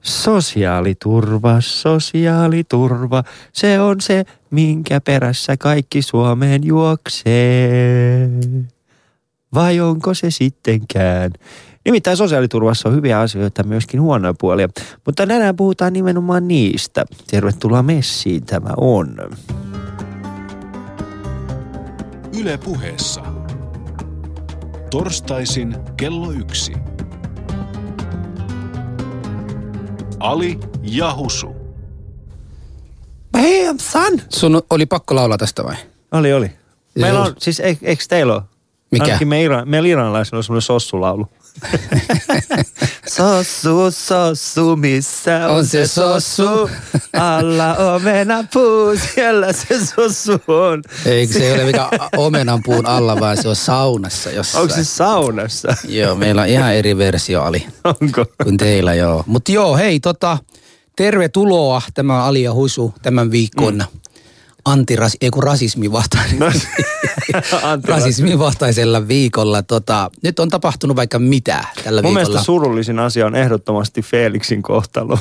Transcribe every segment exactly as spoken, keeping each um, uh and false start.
Sosiaaliturva, sosiaaliturva, se on se, minkä perässä kaikki Suomeen juoksee. Vai onko se sittenkään? Nimittäin sosiaaliturvassa on hyviä asioita, myöskin huonoja puolia. Mutta tänään puhutaan nimenomaan niistä. Tervetuloa messiin, tämä on. Yle Puheessa. Torstaisin kello yksi. Ali ja Husu. Bam, son! Sun oli pakko laulaa tästä vai? Oli, oli. Meillä on, siis eikö teillä ole? Mikä? Ainakin me Iran, meillä iranlaisilla on semmoinen sossulaulu. Sossu, sossu, missä on, on se sossu? Alla omenapuu, siellä se sossu on. Eikö se ole mikä omenanpuun alla, vaan se on saunassa jossain. Onko se saunassa? Joo, meillä on ihan eri versio, Ali. Onko? Kuin teillä, joo. Mutta joo, hei, tota, tervetuloa tämä Ali ja Husu tämän viikon mm. antiras, ei kun rasismin vastainen. No, rasismin vastaisella viikolla. Tota, nyt on tapahtunut vaikka mitä tällä Mun viikolla. Mun mielestä surullisin asia on ehdottomasti Felixin kohtalo.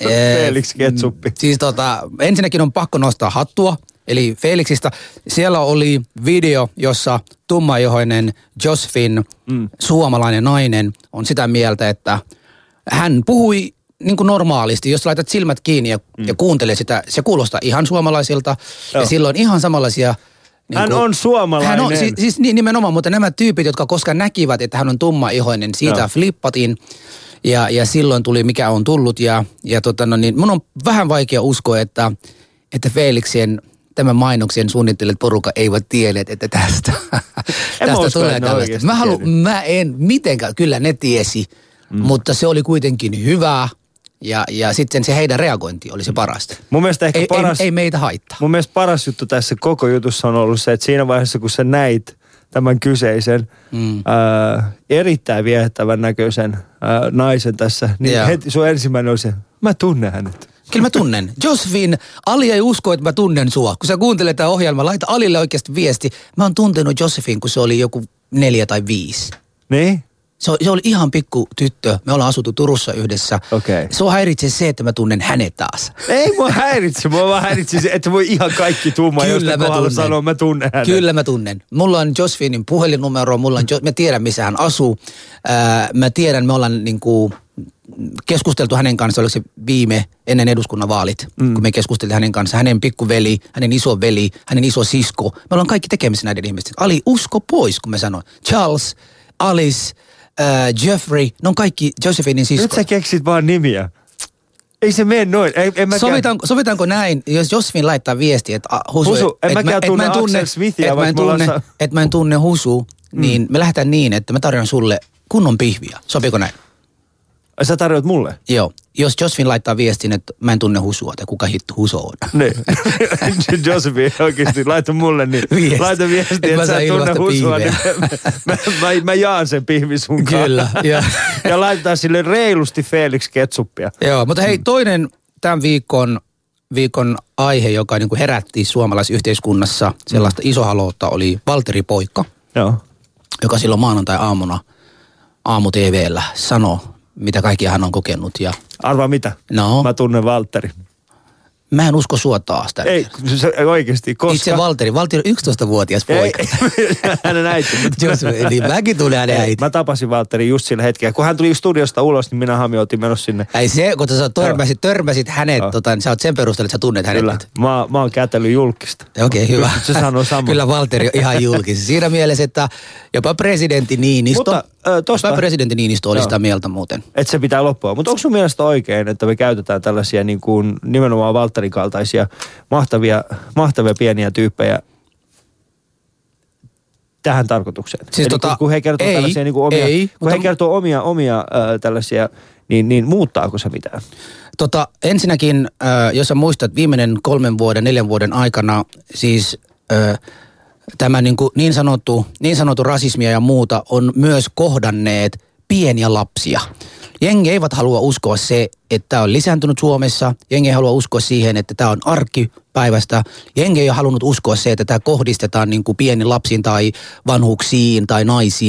Felix Ketsuppi. Siis tota, ensinnäkin on pakko nostaa hattua. Eli Felixistä. Siellä oli video, jossa tummaihoinen Josephine, mm. suomalainen nainen, on sitä mieltä, että hän puhui niin kuin normaalisti. Jos laitat silmät kiinni ja, mm. ja kuuntelee sitä, se kuulostaa ihan suomalaisilta. Joo. Ja silloin ihan samanlaisia. Niin hän kuin, on suomalainen. Hän on, siis, siis nimenomaan, mutta nämä tyypit, jotka koskaan näkivät, että hän on tummaihoinen, siitä Joo. flippatin. Ja, ja silloin tuli mikä on tullut. Ja, ja tota, no niin, mun on vähän vaikea uskoa, että, että Felixien tämän mainoksen suunnittelijat porukka eivät tienneet, että tästä, tästä tulee tällaista. Mä, halu, mä en mitenkään, kyllä ne tiesi, mm. mutta se oli kuitenkin hyvä ja, ja sitten se heidän reagointi oli se parasta. Mun mielestä ehkä ei, paras, ei, ei meitä haittaa. Mun mielestä paras juttu tässä koko jutussa on ollut se, että siinä vaiheessa kun sä näit tämän kyseisen mm. ää, erittäin viehättävän näköisen ää, naisen tässä, niin yeah. heti sun ensimmäinen oli se, mä tunnen hänet. Kyllä mä tunnen. Josephine, Ali ei usko, että mä tunnen sua. Kun sä kuuntelet tämän ohjelman, laita Alille oikeasti viesti. Mä oon tuntenut Josephine, kun se oli joku neljä tai viisi. Niin? Se, se oli ihan pikku tyttö. Me ollaan asuttu Turussa yhdessä. Okei. Se on häiritsee se, että mä tunnen hänet taas. Ei mua häiritse. Mua vaan häiritse se, että voi ihan kaikki tumma, jos mä kohdalla sanoo, mä tunnen hänet. Kyllä mä tunnen. Mulla on Josephinein puhelinnumero. Mulla on, mä tiedän, missä hän asuu. Ää, mä tiedän, me ollaan niinku keskusteltu hänen kanssa, oliko se viime ennen eduskunnan vaalit, mm. kun me keskusteltiin hänen kanssa. Hänen pikkuveli, hänen iso veli, hänen iso sisko. Me ollaan kaikki tekemisissä näiden ihmisten. Ali, usko pois, kun mä sanoin. Charles, Alice, äh, Jeffrey, ne on kaikki Josephinein sisko. Nyt sä keksit vaan nimiä. Ei se mene noin. Ei, en sovitaanko, sovitaanko näin, jos Josephine laittaa viestiä, että uh, Husu, Husu en et, mäkään et, tunne et Axel Smithia, että mä, ollaan... et mä en tunne Husu, mm. niin me lähdetään niin, että mä tarjoan sulle kunnon pihviä. Sopiiko näin? Sä tarjoat mulle? Joo. Jos Josephine laittaa viestin, että mä en tunne Husua, tai kuka hittu Husu on. Niin. Josephine oikeasti laita mulle, niin Viesti. laita viesti, että, että sä et tunne Husua, niin mä, mä, mä, mä jaan sen pihvi sun kanssa. Kyllä. Ja, ja laitetaan sille reilusti Felix Ketsuppia. Joo, mutta hei, toinen tämän viikon, viikon aihe, joka niin kuin herätti suomalaisyhteiskunnassa sellaista mm. isohaloutta, oli Valtteri Poikka. Joo. Joka silloin maanantai-aamuna aamu-T V:llä sanoi, mitä kaikkia hän on kokenut. Ja arvaa mitä? No. Mä tunnen Valtteri. Mä en usko sua taas. Tällä ei, se, oikeasti, koska... Itse Valtteri. Valtteri on yksitoistavuotias poika. Ei, hänen äiti. Jos, niin mäkin tunnen hänen äiti. Mä tapasin Valtterin just sillä hetkellä. Kun hän tuli studiosta ulos, niin minä Hami oltiin menossa sinne. Ei se, kun sä törmäsit, törmäsit hänet, tota, niin sä oot sen perusteella, että sä tunnet hänet. Kyllä, mä, mä oon kätellyt julkista. Okei, okay, hyvä. Se sanoo sama. Kyllä Valtteri on ihan julkista. Siinä mielessä, että jopa presidentti Niinistö, Mutta, äh, tosta, jopa presidentti Niinistö oli joo. sitä mieltä muuten. Että se pitää loppua. Mutta onko sun mielestä oikein, että me käytetään tällaisia niin kuin nimenomaan Valtterin kaltaisia mahtavia, mahtavia pieniä tyyppejä tähän tarkoitukseen? Siis tota, kun, kun he kertoo ei, tällaisia niin kuin omia, ei, kun he kertoo omia, omia äh, tällaisia, niin, niin muuttaako se mitään? Tota, ensinnäkin, äh, jos sä muistat, viimeinen kolmen vuoden, neljän vuoden aikana, siis äh, tämä niin, kuin niin, sanottu, niin sanottu rasismia ja muuta on myös kohdanneet pieniä lapsia. Jengi eivät halua uskoa se, että tämä on lisääntynyt Suomessa. Jengi ei halua uskoa siihen, että tämä on arkipäivästä. Jengi ei ole halunnut uskoa se, että tämä kohdistetaan niin kuin pieniin lapsiin tai vanhuksiin tai naisiin. Ne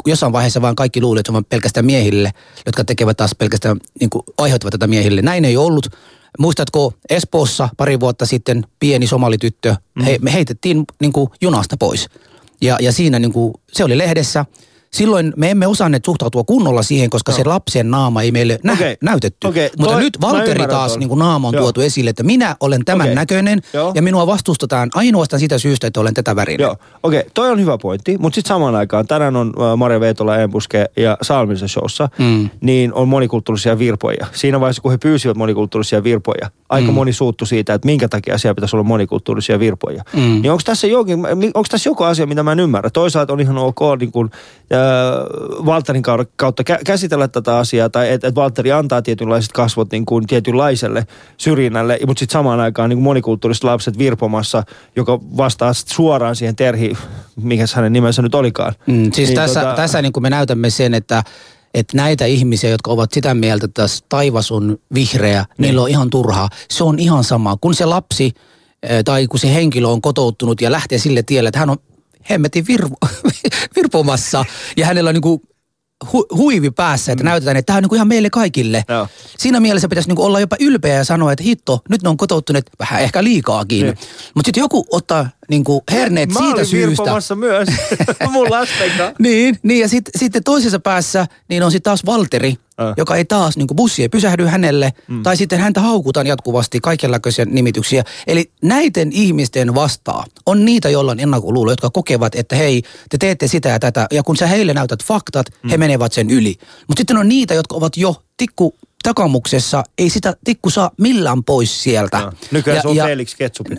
jossain vaiheessa vaan kaikki luulivat, että se on pelkästään miehille, jotka tekevät taas pelkästään, niin kuin aiheuttavat tätä miehille. Näin ei ollut. Muistatko Espoossa pari vuotta sitten pieni somalityttö, mm. he, me heitettiin niin kuin junasta pois. Ja, ja siinä niin kuin, se oli lehdessä. Silloin me emme osanneet suhtautua kunnolla siihen, koska no. se lapsen naama ei meille nä- okay. näytetty. Okay. Mutta Toi, nyt Valtteri taas niin kuin naama on Joo. tuotu esille, että minä olen tämän okay. näköinen Joo. ja minua vastustetaan ainoastaan sitä syystä, että olen tätä värinen. Joo, okei. Okay. Toi on hyvä pointti, mutta sitten samaan aikaan tänään on uh, Marja Veitola, Embuske ja Salmisen showssa, mm. niin on monikulttuurisia virpoja. Siinä vaiheessa, kun he pyysivät monikulttuurisia virpoja, aika mm. moni suuttu siitä, että minkä takia siellä pitäisi olla monikulttuurisia virpoja. Mm. Niin onko tässä, jokin, onko tässä joku asia, mitä mä en ymmärrä? Toisaalta on ihan ok niin kuin, Valtterin kautta käsitellä tätä asiaa, tai että et Valtteri antaa tietynlaiset kasvot niin kuin tietynlaiselle syrjinnälle, mutta sitten samaan aikaan niin kuin monikulttuuriset lapset virpomassa, joka vastaa suoraan siihen Terhi, mikä hänen nimensä nyt olikaan. Mm, siis niin, tässä, tota... tässä niin kuin me näytämme sen, että että näitä ihmisiä, jotka ovat sitä mieltä, että taivas on vihreä, niin. niillä on ihan turhaa. Se on ihan sama. Kun se lapsi tai kun se henkilö on kotouttunut ja lähtee sille tielle, että hän on hemmetin virvo, virpomassa ja hänellä on niinku hu, huivi päässä, että mm. näytetään, että tämä on niinku ihan meille kaikille. Joo. Siinä mielessä pitäisi niinku olla jopa ylpeä ja sanoa, että hitto, nyt ne on kotouttuneet vähän ehkä liikaakin. Niin. Mutta sitten joku ottaa niinku herneet Mä siitä syystä. Mä olin virpomassa myös mun lasten kanssa. niin, niin, ja sitten sit toisessa päässä niin on sitten taas Valtteri, äh. joka ei taas, niinku bussi ei pysähdy hänelle, mm. tai sitten häntä haukutaan jatkuvasti kaikenlaisia nimityksiä. Eli näiden ihmisten vastaa on niitä, joilla on ennakkoluulo, jotka kokevat, että hei, te teette sitä ja tätä, ja kun sä heille näytät faktat, mm. he menevät sen yli. Mutta sitten on niitä, jotka ovat jo tikku takamuksessa, ei sitä tikku saa millään pois sieltä. No. Nykyään ja, se on ja, Felix Ketsupi.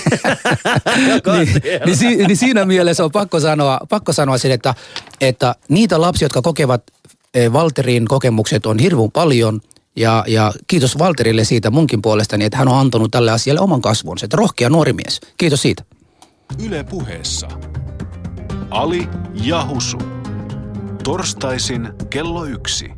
niin, niin, si, niin siinä mielessä on pakko sanoa, pakko sanoa sen, että, että niitä lapsia, jotka kokevat e, Valtterin kokemukset on hirveän paljon, ja, ja kiitos Valtterille siitä munkin puolestani, että hän on antanut tälle asialle oman kasvonsa. Että rohkea nuori mies. Kiitos siitä. Yle Puheessa. Ali ja Husu. Torstaisin kello yksi.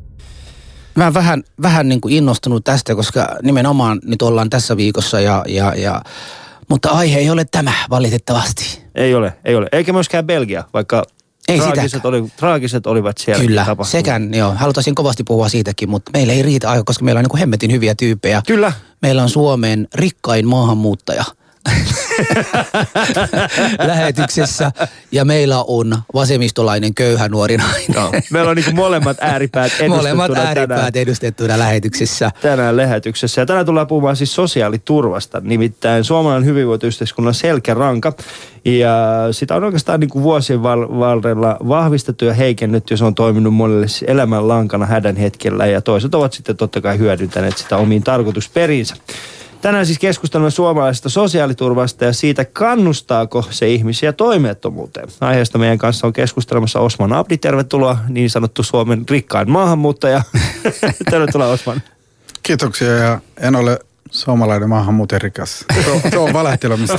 Mä oon vähän, vähän niin kuin innostunut tästä, koska nimenomaan nyt ollaan tässä viikossa, ja, ja, ja, mutta aihe ei ole tämä valitettavasti. Ei ole, ei ole. Eikä myöskään Belgia, vaikka ei traagiset, oli, traagiset olivat siellä. Kyllä, sekään, joo. Halutaisin kovasti puhua siitäkin, mutta meillä ei riitä aika, koska meillä on niin kuin hemmetin hyviä tyyppejä. Kyllä. Meillä on Suomen rikkain maahanmuuttaja lähetyksessä, ja meillä on vasemmistolainen köyhä nuori nainen. No, meillä on niin molemmat ääripäät edustettuna Molemmat ääripäät tänään, edustettuna lähetyksessä. Tänään lähetyksessä. Ja tänään tullaan puhumaan siis sosiaaliturvasta, nimittäin suomalainen hyvinvointiyhteiskunnan selkäranka. Ja sitä on oikeastaan niin kuin vuosien varrella vahvistettu ja heikennetty, ja se on toiminut monelle elämän lankana hädän hetkellä, ja toiset ovat sitten totta kai hyödyntäneet sitä omiin tarkoitusperinsä. Tänään siis keskustelemme suomalaisesta sosiaaliturvasta ja siitä, kannustaako se ihmisiä toimettomuuteen. Aiheesta meidän kanssa on keskustelemassa Osman Abdi. Tervetuloa, niin sanottu Suomen rikkain maahanmuuttaja. Tervetuloa, Osman. Kiitoksia, ja en ole suomalainen maahanmuuttajan rikas. Se on valehtelemista.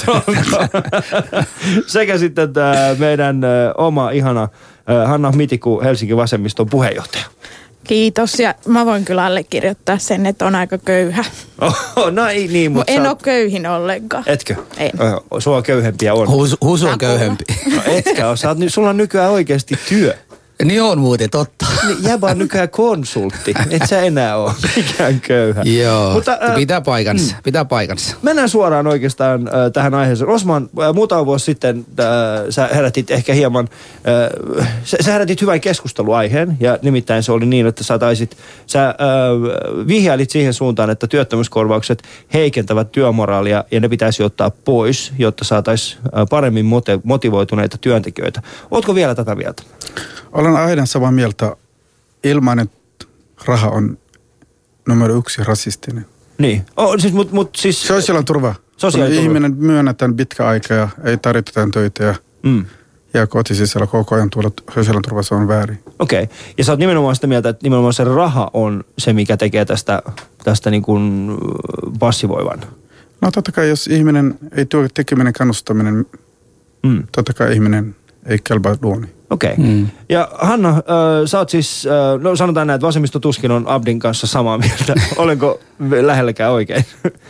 Sekä sitten tämä meidän oma ihana Hanna Mitiku, Helsingin vasemmiston puheenjohtaja. Kiitos, ja mä voin kyllä allekirjoittaa sen, että on aika köyhä. Oh, no ei niin, mutta... En sä... ole köyhin ollenkaan. Etkö? En. Sua köyhempiä on. Husu, husu on köyhempi. No etkä ole, oot, sulla on nykyään oikeasti työ. Niin on muuten, totta. Jäbä on nykyään konsultti, et sä enää ole mikään köyhä. Joo, mutta, äh, pitää paikansa, mm. pitää paikansa. Mennään suoraan oikeastaan äh, tähän aiheeseen. Osman, äh, muutama vuosi sitten äh, sä herätit ehkä hieman, äh, sä, sä herätit hyvän keskusteluaiheen, ja nimittäin se oli niin, että sä taisit, sä äh, vihjailit siihen suuntaan, että työttömyyskorvaukset heikentävät työmoraalia, ja ne pitäisi ottaa pois, jotta saataisiin äh, paremmin mote- motivoituneita työntekijöitä. Ootko vielä tätä mieltä? Olen aina samaa mieltä. Ilmainen raha on numero yksi rasistinen. Niin. Oh, siis, mut, mut, siis... Sosiaaliturva. Sosiaaliturva. Ihminen myönnetään pitkä aika ja ei tarvitse töitä ja, mm. ja kotisisällä koko ajan tuolla sosiaaliturva, se on väärin. Okei. Okay. Ja sä oot nimenomaan sitä mieltä, että nimenomaan se raha on se, mikä tekee tästä, tästä niin kuin passivoivan. No totta kai, jos ihminen ei työ tekeminen kannustaminen, mm. totta kai ihminen ei kelpaa duuni. Okei. Okay. Mm. Ja Hanna, äh, sä oot siis, äh, no sanotaan näin, että vasemmisto tuskin on Abdin kanssa samaa mieltä. Olenko lähelläkään oikein?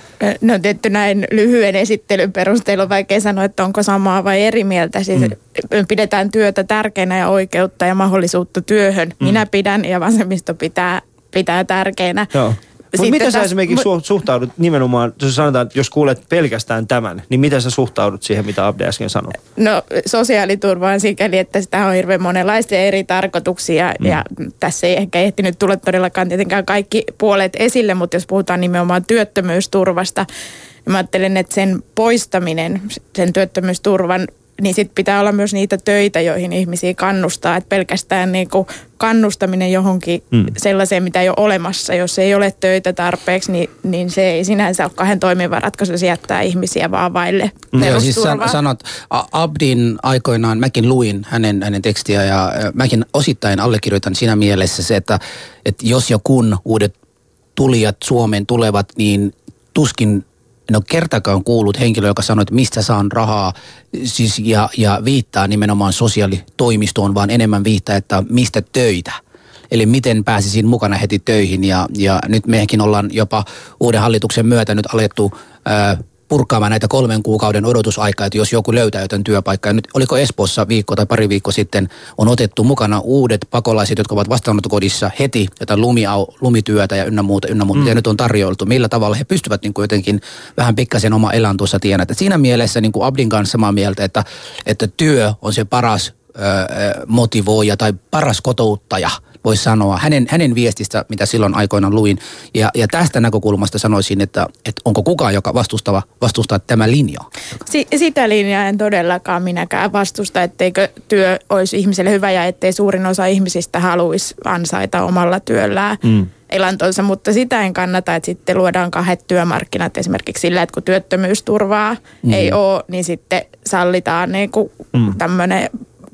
No tietty näin lyhyen esittelyn perusteella on vaikea sanoa, että onko samaa vai eri mieltä. Siis mm. pidetään työtä tärkeänä ja oikeutta ja mahdollisuutta työhön. Mm. Minä pidän ja vasemmisto pitää, pitää tärkeänä. Joo. Mutta miten sä esimerkiksi mu- suhtaudut nimenomaan, jos sanotaan, että jos kuulet pelkästään tämän, niin miten sä suhtaudut siihen, mitä Abdi äsken sanoi? No sosiaaliturvaan sikäli, että sitä on hirveän monenlaisia eri tarkoituksia mm. ja tässä ei ehkä ehtinyt tulla todellakaan tietenkään kaikki puolet esille, mutta jos puhutaan nimenomaan työttömyysturvasta, niin mä ajattelen, että sen poistaminen, sen työttömyysturvan, niin sitten pitää olla myös niitä töitä, joihin ihmisiä kannustaa. Että pelkästään niinku kannustaminen johonkin mm. sellaiseen, mitä ei ole olemassa. Jos ei ole töitä tarpeeksi, niin, niin se ei sinänsä ole kahden toimiva ratkaisu. Se jättää ihmisiä vaan vaille mm. Joo, siis san, sanot, Abdin aikoinaan, mäkin luin hänen, hänen tekstiä ja mäkin osittain allekirjoitan siinä mielessä se, että, että jos ja kun uudet tulijat Suomeen tulevat, niin tuskin en ole kertakaan kuullut henkilö, joka sanoo, että mistä saan rahaa siis ja, ja viittaa nimenomaan sosiaalitoimistoon, vaan enemmän viittaa, että mistä töitä. Eli miten pääsisin mukana heti töihin ja, ja nyt mekin ollaan jopa uuden hallituksen myötä nyt alettu ää, purkaamaan näitä kolmen kuukauden odotusaikaa, että jos joku löytää jotain työpaikkaa. Nyt oliko Espoossa viikko tai pari viikkoa sitten on otettu mukana uudet pakolaiset, jotka ovat vastaanottokodissa heti jotain lumiau, lumityötä ja ynnä muuta, ynnä muuta, mm. mitä nyt on tarjoiltu. Millä tavalla he pystyvät niin kuin jotenkin vähän pikkasen oma elantonsa tienä. Että siinä mielessä niin kuin Abdin kanssa samaa mieltä, että, että työ on se paras ö, motivoija tai paras kotouttaja, voisi sanoa, hänen, hänen viestistä, mitä silloin aikoinaan luin. Ja, ja tästä näkökulmasta sanoisin, että, että onko kukaan, joka vastustava, vastustaa tämä linja? Si- sitä linjaa en todellakaan minäkään vastusta, etteikö työ olisi ihmiselle hyvä ja ettei suurin osa ihmisistä haluaisi ansaita omalla työllään mm. elantonsa. Mutta sitä en kannata, että sitten luodaan kahdet työmarkkinat esimerkiksi sillä, että kun työttömyysturvaa mm. ei ole, niin sitten sallitaan niin kuin mm. tämmöinen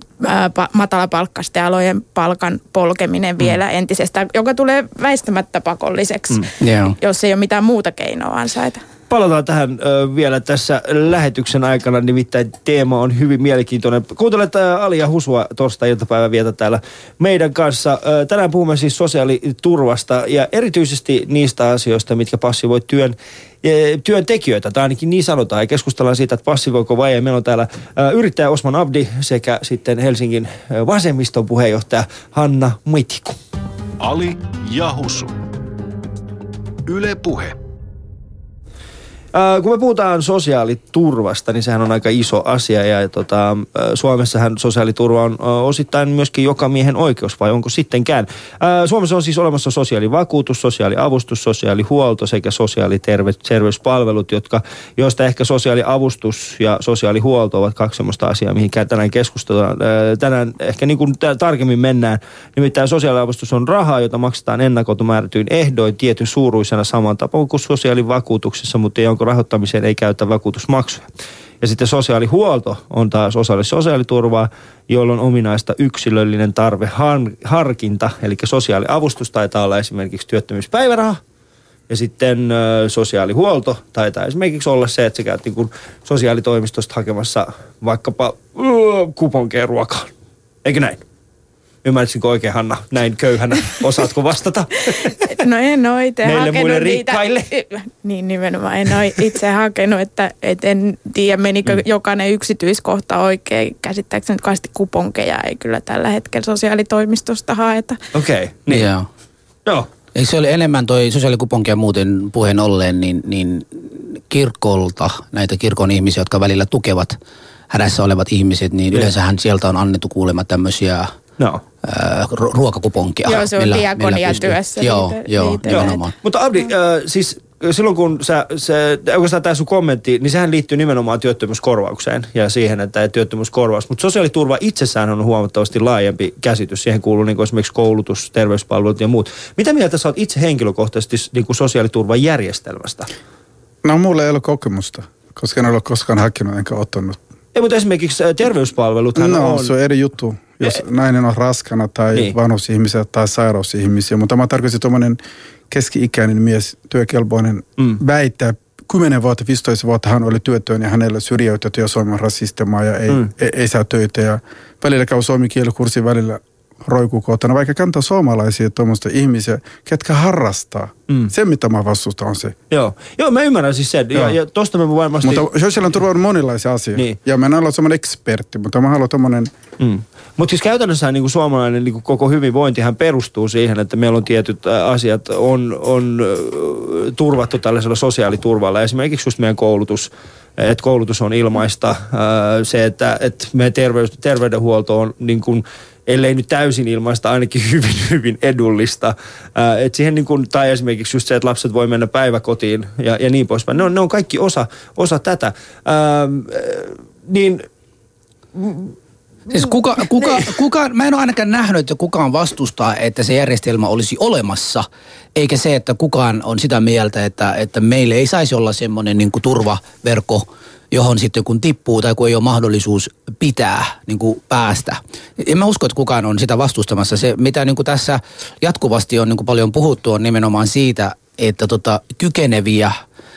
matalapalkkaisten alojen palkan polkeminen mm. vielä entisestään, joka tulee väistämättä pakolliseksi, mm. yeah. jos ei ole mitään muuta keinoa ansaita. Palataan tähän ö, vielä tässä lähetyksen aikana, nimittäin teema on hyvin mielenkiintoinen. Kuuntelet ä, Ali ja Husua torstai-iltapäivän vietä täällä meidän kanssa. Ö, tänään puhumme siis sosiaaliturvasta ja erityisesti niistä asioista, mitkä passivoivat työn työntekijöitä, tai ainakin niin sanotaan, ja keskustellaan siitä, että passivoiko vai ei. Meillä on täällä ä, yrittäjä Osman Abdi sekä sitten Helsingin ä, vasemmiston puheenjohtaja Hanna Mitiku. Ali ja Husu. Yle Puhe. Kun me puhutaan sosiaaliturvasta, niin sehän on aika iso asia ja, ja tota, Suomessahan sosiaaliturva on osittain myöskin joka miehen oikeus, vai onko sittenkään? Suomessa on siis olemassa sosiaalivakuutus, sosiaaliavustus, sosiaalihuolto sekä sosiaaliterveyspalvelut, jotka, joista ehkä sosiaaliavustus ja sosiaalihuolto ovat kaksi sellaista asiaa, mihin tänään keskustellaan. Tänään ehkä niin kuin tarkemmin mennään. Nimittäin sosiaaliavustus on rahaa, jota maksetaan ennakolta määrätyin ehdoin tietyn suuruisena saman tapaan kuin sosiaalivakuutuksessa, mutta ei onko rahoittamiseen ei käytä vakuutusmaksuja. Ja sitten sosiaalihuolto on taas osalle sosiaaliturvaa, jolloin on ominaista yksilöllinen tarve harkinta, eli sosiaaliavustus taitaa olla esimerkiksi työttömyyspäiväraha, ja sitten ö, sosiaalihuolto taitaa esimerkiksi olla se, että sä käyt niin kuin sosiaalitoimistosta hakemassa vaikkapa ö, kuponkeja ruokaan. Eikö näin? Ymmärsinkö oikein, Hanna, näin köyhänä? Osaatko vastata? No en ole itse Meille hakenut muille niitä. rikkaille. Niin nimenomaan, en ole itse hakenut, että et en tiedä menikö mm. jokainen yksityiskohta oikein. Käsittääkseni kaasti kuponkeja ei kyllä tällä hetkellä sosiaalitoimistosta haeta. Okei, okay, niin. Joo. Joo. Eikö se oli enemmän toi sosiaalikuponkia muuten puheen olleen, niin, niin kirkolta, näitä kirkon ihmisiä, jotka välillä tukevat hädässä olevat ihmiset, niin mm. yleensähän sieltä on annettu kuulemma tämmöisiä no. äh, ruokakuponkia. Joo, se on diakonia-työssä. Joo, joo, nimenomaan. Mutta Abdi, äh, siis silloin kun sä, se, oikeastaan tämä sun kommentti, niin sehän liittyy nimenomaan työttömyyskorvaukseen ja siihen, että työttömyyskorvaus. Mutta sosiaaliturva itsessään on huomattavasti laajempi käsitys. Siihen kuuluu niin kuin esimerkiksi koulutus, terveyspalvelut ja muut. Mitä mieltä sä oot itse henkilökohtaisesti niin kuin sosiaaliturvan järjestelmästä? No mulla ei ole kokemusta, koska en ole koskaan hakenut enkä ottanut. Ei, mutta esimerkiksi terveyspalveluthan no, on... No, se on eri juttu, jos e- nainen on raskana tai niin. vanhusihmisiä tai sairausihmisiä. Mutta mä tarkoitin tuommoinen keski-ikäinen mies, työkelpoinen, mm. väittää kymmenen vuotta, viisitoista vuotta hän oli työtön ja hänellä syrjäytetty ja Suomen rasistemaa ja ei, mm. ei, ei saa töitä. Ja välillä käy suomen kielikurssi, välillä roikuu kotona, vaikka kantaa suomalaisia tuommoista ihmisiä, ketkä harrastaa. Mm. Se, mitä mä vastustan, on se. Joo, Joo mä ymmärrän siis sen. Ja, ja tosta me varmasti... Mutta sosiaalinen turva on monilaisia asioita. Niin. Ja mä en ole semmoinen ekspertti, mutta mä haluan tommoinen... Mm. Mutta siis käytännössä niin kuin suomalainen niin kuin koko hyvinvointihan perustuu siihen, että meillä on tietyt asiat on, on turvattu tällaisella sosiaaliturvalla. Esimerkiksi just meidän koulutus, että koulutus on ilmaista. Se, että, että meidän terveys, terveydenhuolto on niin kuin, ellei nyt täysin ilmaista, ainakin hyvin, hyvin edullista. Et siihen niin kuin, tai esimerkiksi just se, että lapset voi mennä päiväkotiin ja, ja niin poispäin. Ne on, ne on kaikki osa, osa tätä. Ää, niin... Siis kuka, kuka, kuka, mä en ole ainakaan nähnyt, että kukaan vastustaa, että se järjestelmä olisi olemassa, eikä se, että kukaan on sitä mieltä, että, että meille ei saisi olla semmoinen niin kuin turvaverkko, johon sitten kun tippuu tai kun ei ole mahdollisuus pitää niin kuin päästä. En mä usko, että kukaan on sitä vastustamassa. Se, mitä niin kuin tässä jatkuvasti on niin kuin paljon puhuttu, on nimenomaan siitä, että tota, kykeneviä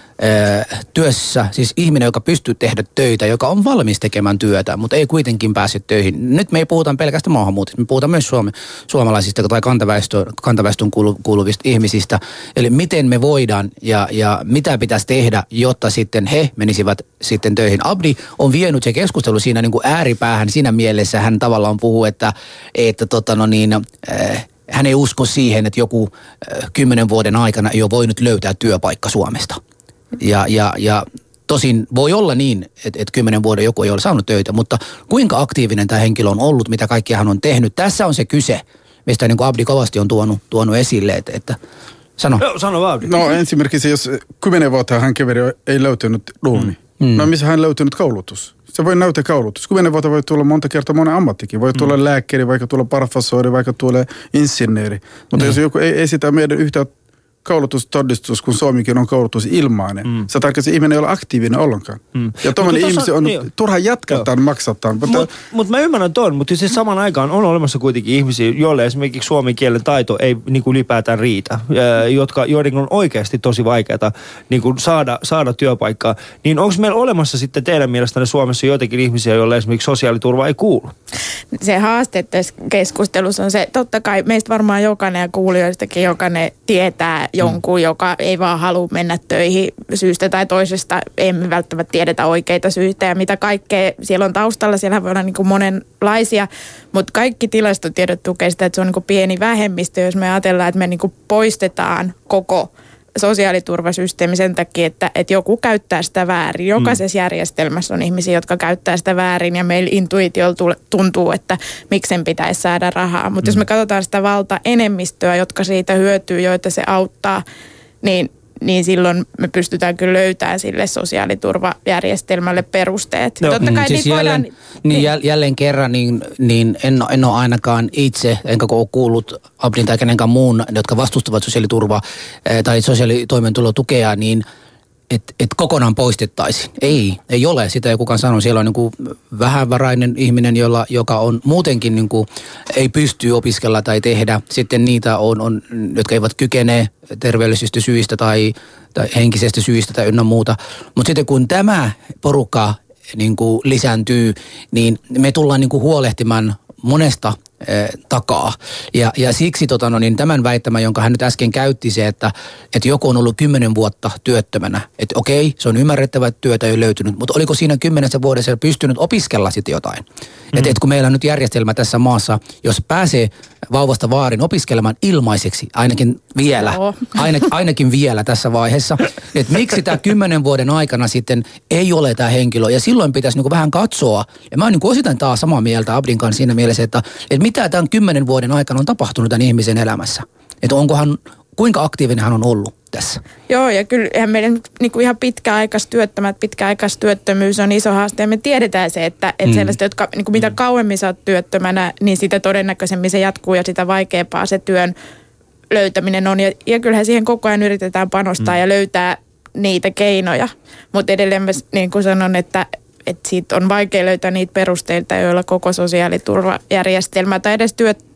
työssä, siis ihminen, joka pystyy tehdä töitä, joka on valmis tekemään työtä, mutta ei kuitenkin pääse töihin. Nyt me ei puhuta pelkästään maahanmuuttajista, me puhutaan myös suome, suomalaisista tai kantaväestön, kantaväestön kuuluvista ihmisistä. Eli miten me voidaan ja, ja mitä pitäisi tehdä, jotta sitten he menisivät sitten töihin. Abdi on vienyt se keskustelu siinä niin kuin ääripäähän siinä mielessä, hän tavallaan puhuu, että, että tota no niin, äh, hän ei usko siihen, että joku äh, kymmenen vuoden aikana ei ole voinut löytää työpaikka Suomesta. Ja, ja, ja tosin voi olla niin, että, että kymmenen vuoden joku ei ole saanut töitä, mutta kuinka aktiivinen tämä henkilö on ollut, mitä kaikkea hän on tehnyt. Tässä on se kyse, mistä niin kuin Abdi kovasti on tuonut, tuonut esille, että, että sano. Joo, sano Abdi. No ensimmäiseksi, jos kymmenen vuotta hän keveri ei löytynyt duuni, mm. no missä hän löytynyt koulutus? Se voi näyttää koulutus. Kymmenen vuotta voi tulla monta kertaa monen ammattikin. Voi tulla mm. lääkäri, vaikka tulla professori, vaikka tulla insinööri. Mutta mm. jos joku ei esitä meidän yhtä koulutustodistus, kun suomikin on koulutus ilmainen. Mm. Se tarkoittaa, että ihminen ei ole aktiivinen ollenkaan. Mm. Ja tuommoinen ihminen on niin, turha jatkataan, maksataan. Mutta mut mä ymmärrän ton, mutta siis saman aikaan on olemassa kuitenkin ihmisiä, joille esimerkiksi suomen kielen taito ei niin kuin ylipäätään riitä, jotka, joiden on oikeasti tosi vaikeaa niin kuin saada, saada työpaikkaa. Niin onko meillä olemassa sitten teidän mielestänne Suomessa joitakin ihmisiä, joille esimerkiksi sosiaaliturva ei kuulu? Se haaste tässä keskustelussa on se, totta kai meistä varmaan jokainen ja kuulijoistakin jokainen tietää jonkun, mm. joka ei vaan halua mennä töihin syystä tai toisesta. Emme välttämättä tiedetä oikeita syitä ja mitä kaikkea siellä on taustalla. Siellä voi olla niin kuin monenlaisia, mutta kaikki tilastotiedot tukee sitä, että se on niin kuin pieni vähemmistö, jos me ajatellaan, että me niin kuin poistetaan koko sosiaaliturvasysteemi sen takia, että, että joku käyttää sitä väärin. Jokaisessa mm. järjestelmässä on ihmisiä, jotka käyttää sitä väärin ja meillä intuitiolla tuntuu, että miksen pitäisi saada rahaa. Mutta mm. jos me katsotaan sitä valtaenemmistöä, jotka siitä hyötyy, joita se auttaa, niin, niin silloin me pystytään kyllä löytämään sille sosiaaliturvajärjestelmälle perusteet. No, Totta kai mm, siis jälleen, voidaan, niin, niin. jälleen kerran niin, niin en, en ole ainakaan itse, enkä ole kuullut Abdin tai kenenkään muun, jotka vastustavat sosiaaliturvaa tai sosiaalitoimeentulotukea, niin että et kokonaan poistettaisiin. Ei, ei ole. Sitä ei kukaan sano. Siellä on niin kuin vähävarainen ihminen, jolla, joka on muutenkin niin kuin, ei pysty opiskella tai tehdä. Sitten niitä on, on jotka eivät kykene terveellisistä syistä tai, tai henkisestä syistä tai ynnä muuta. Mutta sitten kun tämä porukka niin kuin lisääntyy, niin me tullaan niin kuin huolehtimaan monesta eh, takaa. Ja, ja siksi tota, no, niin tämän väittämän, jonka hän nyt äsken käytti, se, että, että joku on ollut kymmenen vuotta työttömänä. Että okei, se on ymmärrettävä, että työtä ei löytynyt, mutta oliko siinä kymmenessä vuodessa pystynyt opiskella sitten jotain? Mm. Että et kun meillä on nyt järjestelmä tässä maassa, jos pääsee vauvasta vaarin opiskelemaan ilmaiseksi, ainakin vielä, ainakin, ainakin vielä tässä vaiheessa, että miksi tämä kymmenen vuoden aikana sitten ei ole tämä henkilö. Ja silloin pitäisi niinku vähän katsoa, ja mä oon niinku osittain taas samaa mieltä Abdin kanssa siinä mielessä, että, että mitä tämän kymmenen vuoden aikana on tapahtunut tämän ihmisen elämässä. Että onkohan, kuinka aktiivinen hän on ollut tässä? Joo, ja kyllä eihän meidän niin kuin ihan pitkäaikaistyöttömät, pitkäaikaistyöttömyys on iso haaste. Ja me tiedetään se, että, että mm. sellaiset, jotka niin kuin mitä kauemmin sä oot työttömänä, niin sitä todennäköisemmin se jatkuu ja sitä vaikeampaa se työn löytäminen on. Ja, ja kyllähän siihen koko ajan yritetään panostaa mm. ja löytää niitä keinoja. Mutta edelleen mä niin kuin sanon, että että siitä on vaikea löytää niitä perusteita, joilla koko sosiaaliturvajärjestelmä tai edes työ,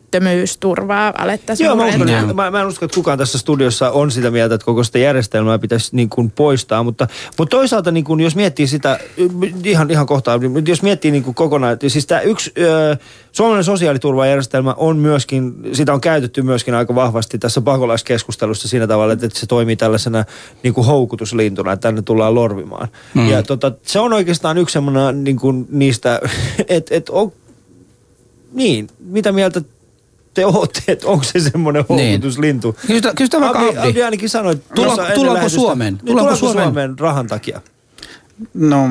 työttömyysturvaa alettaisiin Joo, mä, uskon, murentaa. mä, mä en usko, että kukaan tässä studiossa on sitä mieltä, että koko sitä järjestelmää pitäisi niin kuin poistaa, mutta, mutta toisaalta niin kuin, jos miettii sitä, ihan, ihan kohtaa, jos miettii niin kuin kokonaan, siis tämä yksi ö, suomalainen sosiaaliturvajärjestelmä on myöskin, sitä on käytetty myöskin aika vahvasti tässä pakolaiskeskustelussa siinä tavalla, että se toimii tällaisena niin kuin houkutuslintuna, että tänne tullaan lorvimaan. Mm. Ja tota, se on oikeastaan yksi semmoinen niin kuin niistä, että et, on, niin, mitä mieltä te ootte, että onko se semmoinen houkutuslintu? Niin. Kysytä, kysytä vaikka Abdi. Abdi. Abdi ainakin sanoi, että Tulla, tullaanko Suomeen? Niin, tullaanko Suomeen? Suomeen rahan takia? No,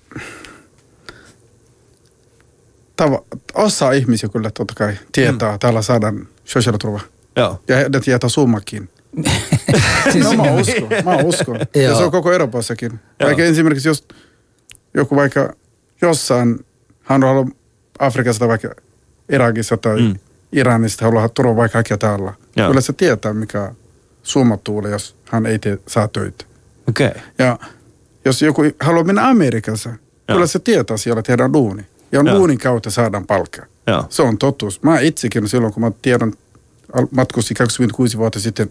tava, osa ihmisiä kyllä totta kai tietää, mm. täällä saadaan sosiaaliturva. Joo. Ja ne tietää summakin. siis, no mä uskon, mä uskon. Ja se on koko Euroopassakin. Vaikka esimerkiksi jos joku vaikka jossain, hän on ollut Afrikasta vaikka Irakissa tai mm. Iranista haluaa turvapaikanhakija täällä. Joo. Kyllä se tietää, mikä summa tulee, jos hän ei tee, saa töitä. Okei. Okay. Ja jos joku haluaa mennä Amerikassa, Joo. kyllä se tietää, siellä tehdään duuni. Ja Joo. duunin kautta saadaan palkkaa. Joo. Se on totuus. Mä itsekin silloin, kun mä tiedän, matkustin kaksikymmentäkuusi vuotta sitten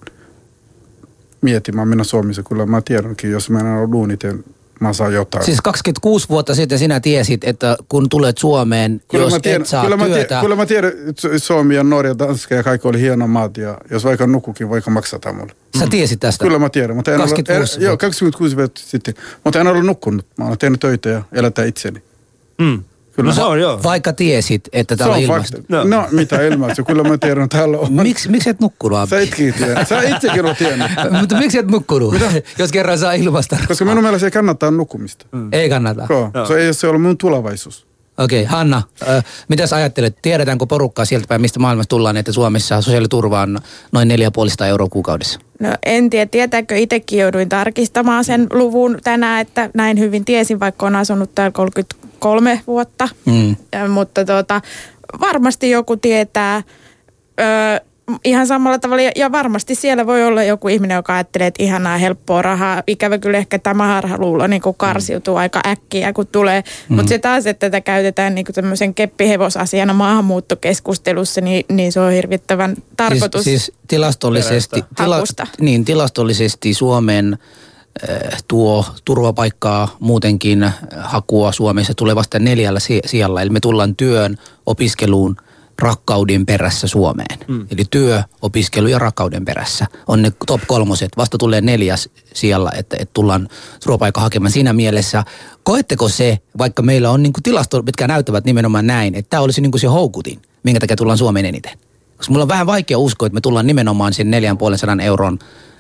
miettimään mennä Suomessa. Kyllä mä tiedänkin, jos mä en ole duuni, teen, mä saan jotain. Siis kaksikymmentäkuusi vuotta sitten sinä tiesit, että kun tulet Suomeen, kyllä jos tiedän, et saa kyllä työtä. Mä tiedän, kyllä mä tiedän, että Suomi ja Norja, Tanska ja kaikki oli hieno maat. Ja jos vaikka nukukin, vaikka maksataa mulle. Sä tiesit tästä? Kyllä mä tiedän. Mutta en kaksikymmentäkuusi ole, joo, kaksikymmentäkuusi vuotta sitten. Mutta en ole nukkunut. Mä olen tehnyt töitä ja elätä itseni. Mm. Kyllä. No se on, joo. Vaikka tiesit, että täällä on ilmasto. No. no, mitä ilmasto? Kyllä mä tiedän, täällä on. Miksi miksi et nukkunut, Abdi? Sä etkin tiedä. Sä itsekin olet tiennyt. Mutta miksi et nukkunut, jos kerran saa ilmasta? Koska minun mielestä ei kannattaa nukkumista. Mm. Ei kannata? Ko. Se ei se ole mun tulevaisuus. Okei, okay, Hanna, äh, mitäs ajattelet? Tiedetäänkö porukkaa sieltä päin, mistä maailmassa tullaan, että Suomessa sosiaaliturva on noin neljä pilkku viisi euroa kuukaudessa? No en tiedä, tietääkö itsekin jouduin tarkistamaan sen luvun tänään, että näin hyvin tiesin, vaikka on asunut täällä kolmekymmentäkolme vuotta. Mm. Ja, mutta tota, varmasti joku tietää ö, ihan samalla tavalla. Ja, ja varmasti siellä voi olla joku ihminen, joka ajattelee, että ihanaa helppoa rahaa. Ikävä kyllä ehkä tämä harhaluulo niin kuin karsiutuu mm. aika äkkiä, kun tulee. Mm. Mutta se taas, että tätä käytetään niin kuin tämmöisen keppihevosasiana maahanmuuttokeskustelussa, niin, niin se on hirvittävän tarkoitus. Siis, siis tilastollisesti, tila, niin, tilastollisesti Suomen tuo turvapaikkaa muutenkin hakua Suomessa tulee vasta neljällä sijalla. Eli me tullaan työn, opiskeluun, rakkauden perässä Suomeen. Mm. Eli työ, opiskelu ja rakkauden perässä on ne top kolmoset. Vasta tulee neljäs sijalla, että, että tullaan turvapaikkaa hakemaan siinä mielessä. Koetteko se, vaikka meillä on niin kuin tilastot, mitkä näyttävät nimenomaan näin, että tämä olisi niin kuin se houkutin, minkä takia tullaan Suomeen eniten? Koska mulla on vähän vaikea uskoa, että me tullaan nimenomaan sen neljän puolen sadan euron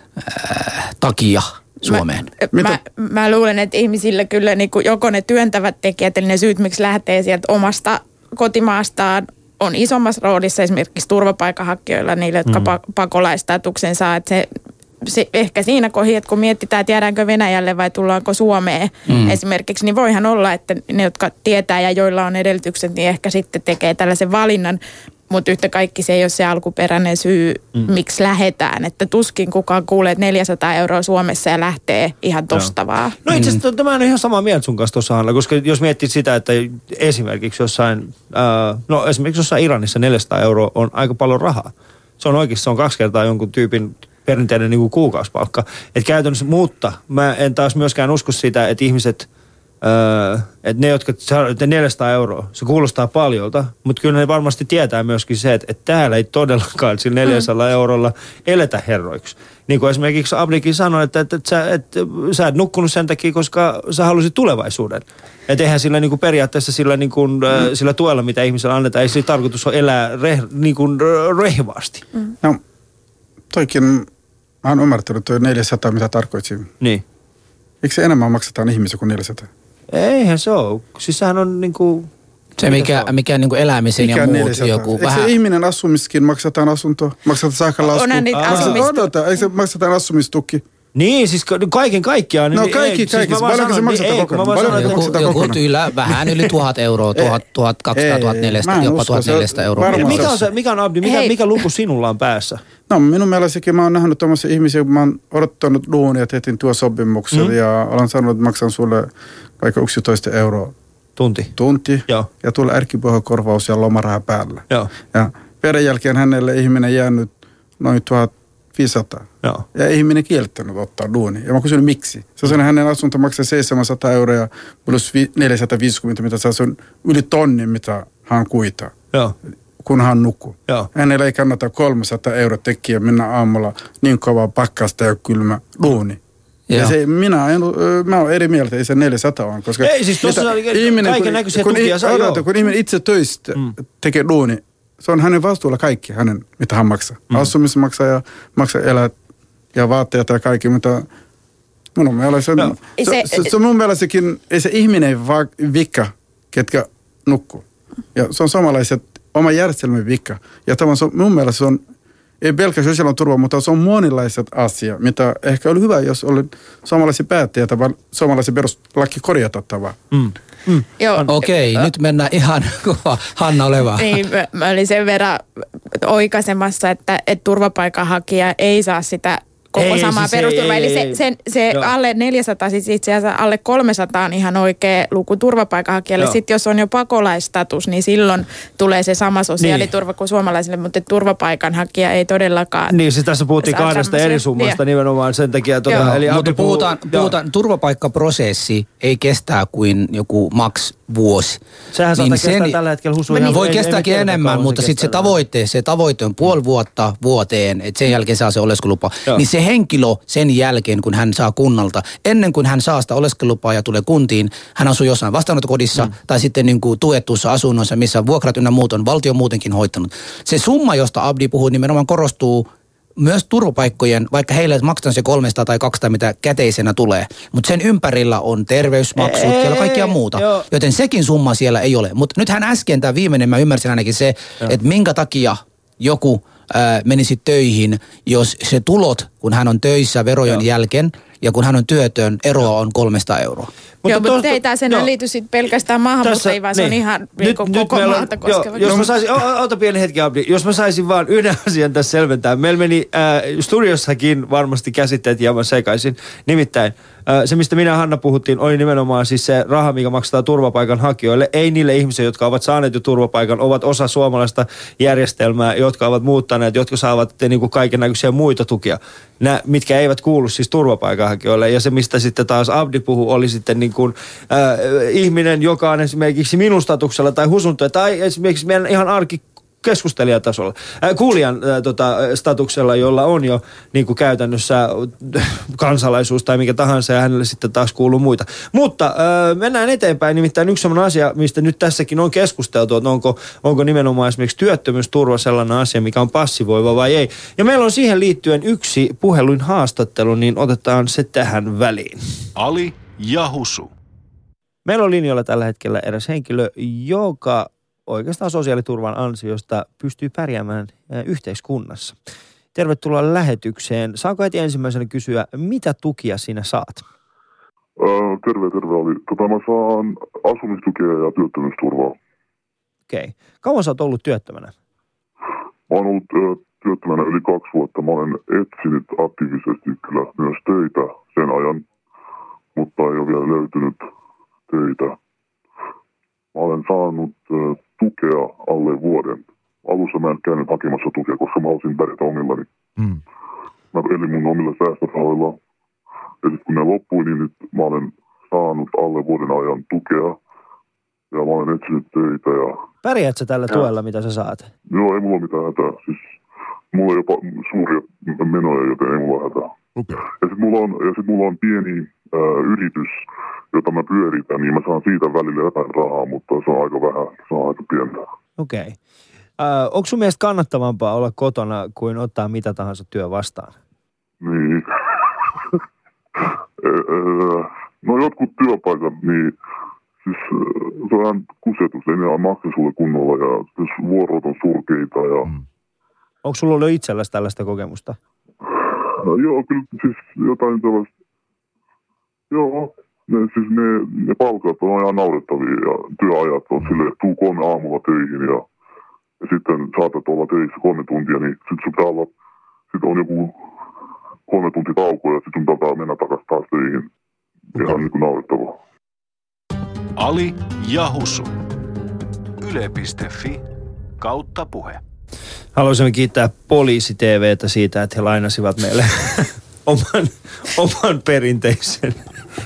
äh, takia Suomeen. Mä, mä, mä luulen, että ihmisillä kyllä niin kuin joko ne työntävät tekijät, eli ne syyt, miksi lähtee sieltä omasta kotimaastaan, on isommassa roolissa esimerkiksi turvapaikanhakijoilla, niille, jotka mm. pakolaistatuksen saa. Että se, se, ehkä siinä kohdassa, että kun mietitään, että jäädäänkö Venäjälle vai tullaanko Suomeen mm. esimerkiksi, niin voihan olla, että ne, jotka tietää ja joilla on edellytykset, niin ehkä sitten tekee tällaisen valinnan. Mutta yhtä kaikki se ei ole se alkuperäinen syy, mm. miksi lähdetään. Että tuskin kukaan kuulee, että neljäsataa euroa Suomessa ja lähtee ihan tosta vaan. No itse asiassa mm. tämä on ihan samaa mieltä sun kanssa tuossa, Hanna, koska jos miettii sitä, että esimerkiksi jossain, äh, no esimerkiksi jossain Iranissa neljäsataa euroa on aika paljon rahaa. Se on oikeasti, se on kaksi kertaa jonkun tyypin perinteinen niin kuin kuukausipalkka. Että käytännössä, mutta mä en taas myöskään usko sitä, että ihmiset, Öö, että ne, jotka saavat neljäsataa euroa, se kuulostaa paljolta, mutta kyllä ne varmasti tietää myöskin se, että, että täällä ei todellakaan sillä neljäsataa eurolla eletä herroiksi. Niin kuin esimerkiksi Abdikin sanoi, että, että, että, sä, että sä et nukkunut sen takia, koska sä halusit tulevaisuuden. Että eihän sillä niin kuin periaatteessa sillä, niin kuin, mm. sillä tuella, mitä ihmisellä annetaan, ei sillä tarkoitus ole elää reh, niin kuin rehvaasti. Mm. No, toikin, mä oon ymmärtänyt tuo neljäsataa, mitä tarkoitin. Niin. Miksi enemmän maksetaan ihmisiä kuin neljäsataa? Eihän se ole. Siis sehän on niinku... Se mikä, se mikä niinku elämisen mikä ja muut neljäsataa. Joku eikö vähän... se ihminen asumiskin maksetaan asunto? Maksetaan sähkölasku? Onhan niitä asumistukki. Odota, eikö se maksetaan asumistukki? Niin, siis kaiken kaikkiaan. No niin, kaikki, ei, kaikki. Siis Paljonko se maksetaan kokonaan? Joku, Joku, joku, joku tyylä, vähän yli tuhat euroa, tuhat, tuhat kaksisataa, tuhat neljäsataa, jopa tuhat neljäsataa euroa. Mikä on, se, mikä on Abdi, mikä, mikä luku sinulla on päässä? No minun mielestäkin mä oon nähnyt tommosia ihmisiä, kun mä oon odottanut duunia, tehtiin tuo sopimuksella mm. ja olen sanonut, että maksan sulle vaikka yksitoista euroa. Tunti. Tunti. Joo. Ja tuolla ärkipohjakorvaus ja lomaraha päällä. Joo. Ja perän jälkeen hänelle ihminen jäänyt noin tuhatviisisataa. Joo. Ja ihminen kieltänyt ottaa duuni. Ja mä kysyin, miksi? Se on hänen asunto maksaa seitsemänsataa euroa plus neljäsataaviisikymmentä, mitä se on yli tonni, mitä hän kuitaa. Joo. Kun hän nukkuu. Joo. Hänellä ei kannata kolmesataa euroa tekijä mennä aamulla niin kovaa pakkasta ja kylmä duuni. Ja, ja se, minä, en, mä olen eri mieltä, ei se neljäsataa on. Koska ei siis tuossa kaiken näköisiä tukia saa, odota, kun ihminen itse töistä mm. tekee duuni, se on hänen vastuulla kaikki, hänen, mitä hän maksaa. Mm. Asumisen maksaa ja maksaa elät ja vaatteet ja kaikki, mutta minun mielestä no. se, se, se, se mun mielestäkin, ei se ihminen va, vika, ketkä nukkuu. Ja se on samanlaiset oma järjestelmän vika. Ja tämä on, mun mielestä se on, ei pelkä sosiaaliturva, mutta se on monenlaiset asiat, mitä ehkä oli hyvä, jos oli suomalaisia päättäjiä, vaan suomalaisia peruslaki korjata tavalla. Mm. Mm. Okei, okay, nyt mennään ihan kova. Hanna, ole vaan. Niin, mä, mä olin sen verran oikaisemassa, että, että turvapaikanhakija ei saa sitä koko ei, samaa siis perusturvaa. Eli se, se, se alle neljäsataa, siis itse asiassa alle kolmesataa on ihan oikea luku turvapaikanhakijalle. Joo. Sitten jos on jo pakolaistatus, niin silloin tulee se sama sosiaaliturva niin kuin suomalaisille, mutta turvapaikanhakija ei todellakaan. Niin, siis tässä puhuttiin kahdesta eri summasta ja nimenomaan sen takia. Tuota, eli mutta puhutaan, puhutaan turvapaikkaprosessi ei kestää kuin joku maks vuosi. Sehän niin saattaa kestää tällä hetkellä Husu. Niin, voi kestääkin enemmän, mutta sitten se tavoite, se tavoite on puoli vuotta vuoteen, että sen jälkeen saa se oleskelulupa. Joo. Niin se henkilö sen jälkeen, kun hän saa kunnalta, ennen kuin hän saa sitä oleskelulupaa ja tulee kuntiin, hän asuu jossain vastaanottokodissa mm. tai sitten niin kuin tuettuissa asunnoissa, missä vuokrat ynnä muut on valtio muutenkin hoitanut. Se summa, josta Abdi puhuu, nimenomaan korostuu myös turvapaikkojen, vaikka heille maksetaan se kolmesataa tai kaksisataa, mitä käteisenä tulee. Mutta sen ympärillä on terveysmaksut ja kaikkia muuta. Joo. Joten sekin summa siellä ei ole. Mutta nythän äsken tämä viimeinen, mä ymmärsin ainakin se, että minkä takia joku ää, menisi töihin, jos se tulot, kun hän on töissä verojen Joo. jälkeen, ja kun hän on työtön, eroa on kolmesataa euroa. Mutta joo, mutta ei tämä sen liity sitten pelkästään maahanmuuttajiin, vaan niin. Se on ihan nyt, koko nyt maata koskeva. Jos mä saisin, ota pieni hetki Abdi, jos mä saisin vaan yhden asian tässä selventää. Meillä meni äh, studiossakin varmasti käsitteet hieman sekaisin. Nimittäin äh, se, mistä minä ja Hanna puhuttiin, oli nimenomaan siis se raha, mikä maksetaan turvapaikanhakijoille. Ei niille ihmisille, jotka ovat saaneet jo turvapaikan, ovat osa suomalaista järjestelmää, jotka ovat muuttaneet, jotka saavat niin kuin kaiken näköisiä muita tukia. Nämä, mitkä eivät kuulu siis turvapaikanhakijoille. Ja se, mistä sitten taas Abdi puhui, oli sitten niin kuin, äh, ihminen, joka on esimerkiksi minun statuksella tai Husun tai esimerkiksi meidän ihan arki keskustelijatasolla, äh, kuulijan äh, tota, statuksella, jolla on jo niin kuin käytännössä äh, kansalaisuus tai mikä tahansa ja hänelle sitten taas kuuluu muita. Mutta äh, mennään eteenpäin, nimittäin yksi sellainen asia, mistä nyt tässäkin on keskusteltu, että onko, onko nimenomaan esimerkiksi työttömyysturva sellainen asia, mikä on passivoiva vai ei. Ja meillä on siihen liittyen yksi puhelun haastattelu, niin otetaan se tähän väliin. Ali ja Husu. Meillä on linjalla tällä hetkellä eräs henkilö, joka oikeastaan sosiaaliturvan ansiosta pystyy pärjäämään yhteiskunnassa. Tervetuloa lähetykseen. Saanko heti ensimmäisenä kysyä, mitä tukia sinä saat? Öö, terve, terve oli. Tota, mä saan asumistukea ja työttömyysturvaa. Okei. Okay. Kauan sä oot ollut työttömänä? Mä oon ollut ö, työttömänä yli kaksi vuotta. Mä olen etsinyt aktiivisesti kyllä myös töitä sen ajan, mutta ei ole vielä löytynyt töitä. Mä olen saanut ö, tukea alle vuoden. Alussa mä en käynyt hakemassa tukea, koska mä halusin pärjätä omillani. Mm. Mä elin mun omilla säästörahoilla. Ja sitten kun ne loppui, niin nyt mä olen saanut alle vuoden ajan tukea. Ja mä olen etsinyt töitä. Ja pärjäätkö sä tällä ja tuella, mitä sä saat? Joo, ei mulla ole mitään hätää. Siis mulla on jopa suuria menoja, joten ei mulla hätää. Okay. Ja sitten mulla, sit mulla on pieni ää, yritys, jota mä pyöritän, niin mä saan siitä välillä jotain rahaa, mutta se on aika vähän, se on aika pientä. Okei. Okay. Äh, onko sun mielestä kannattavampaa olla kotona kuin ottaa mitä tahansa työ vastaan? Niin. No jotkut työpaikat, niin siis se on ihan kusetus, ei ne maksa sulle kunnolla ja siis vuorot on surkeita. Ja mm. Onko sulla ollut itselläsi tällaista kokemusta? No, joo, kyllä siis jotain tällaista. Joo, ne, siis ne, ne palkat on ihan naurettavia ja työajat on silleen, että tuu kolme aamulla töihin ja, ja sitten saatat olla töissä kolme tuntia, niin sitten sun pitää olla, sitten on joku kolme tuntia taukoa ja sitten sun pitää mennä takaisin taas töihin. Ihan niin kuin naurettavaa. Ali ja Husu. Yle piste fi kautta puhe. Haluaisimme kiittää Poliisi T V:tä siitä, että he lainasivat meille oman, oman perinteisen.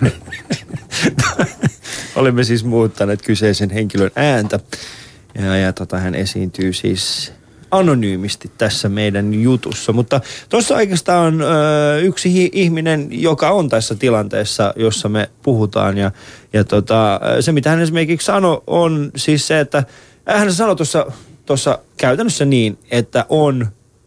Olemme siis muuttaneet kyseisen henkilön ääntä. Ja, ja tota, hän esiintyy siis anonyymisti tässä meidän jutussa. Mutta tuossa oikeastaan ö, yksi hi- ihminen, joka on tässä tilanteessa, jossa me puhutaan. Ja, ja tota, se, mitä hän esimerkiksi sanoi, on siis se, että hän sanoi tuossa, tuossa käytännössä niin, että on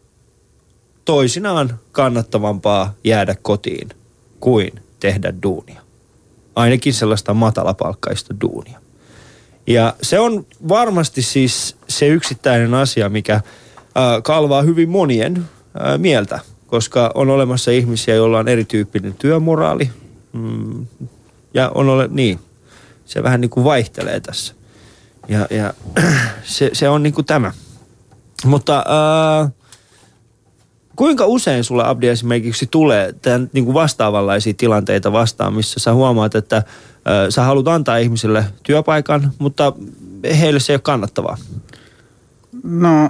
toisinaan kannattavampaa jäädä kotiin kuin tehdä duunia. Ainakin sellaista matalapalkkaista duunia. Ja se on varmasti siis se yksittäinen asia, mikä äh, kalvaa hyvin monien äh, mieltä, koska on olemassa ihmisiä, joilla on erityyppinen työmoraali. Mm, ja on ole, niin, se vähän niin kuin vaihtelee tässä. Ja, ja se, se on niin kuin tämä. Mutta äh, kuinka usein sulla, Abdi, esimerkiksi tulee tämän, niin kuin vastaavanlaisia tilanteita vastaan, missä sä huomaat, että äh, sä haluat antaa ihmisille työpaikan, mutta heille se ei ole kannattavaa? No,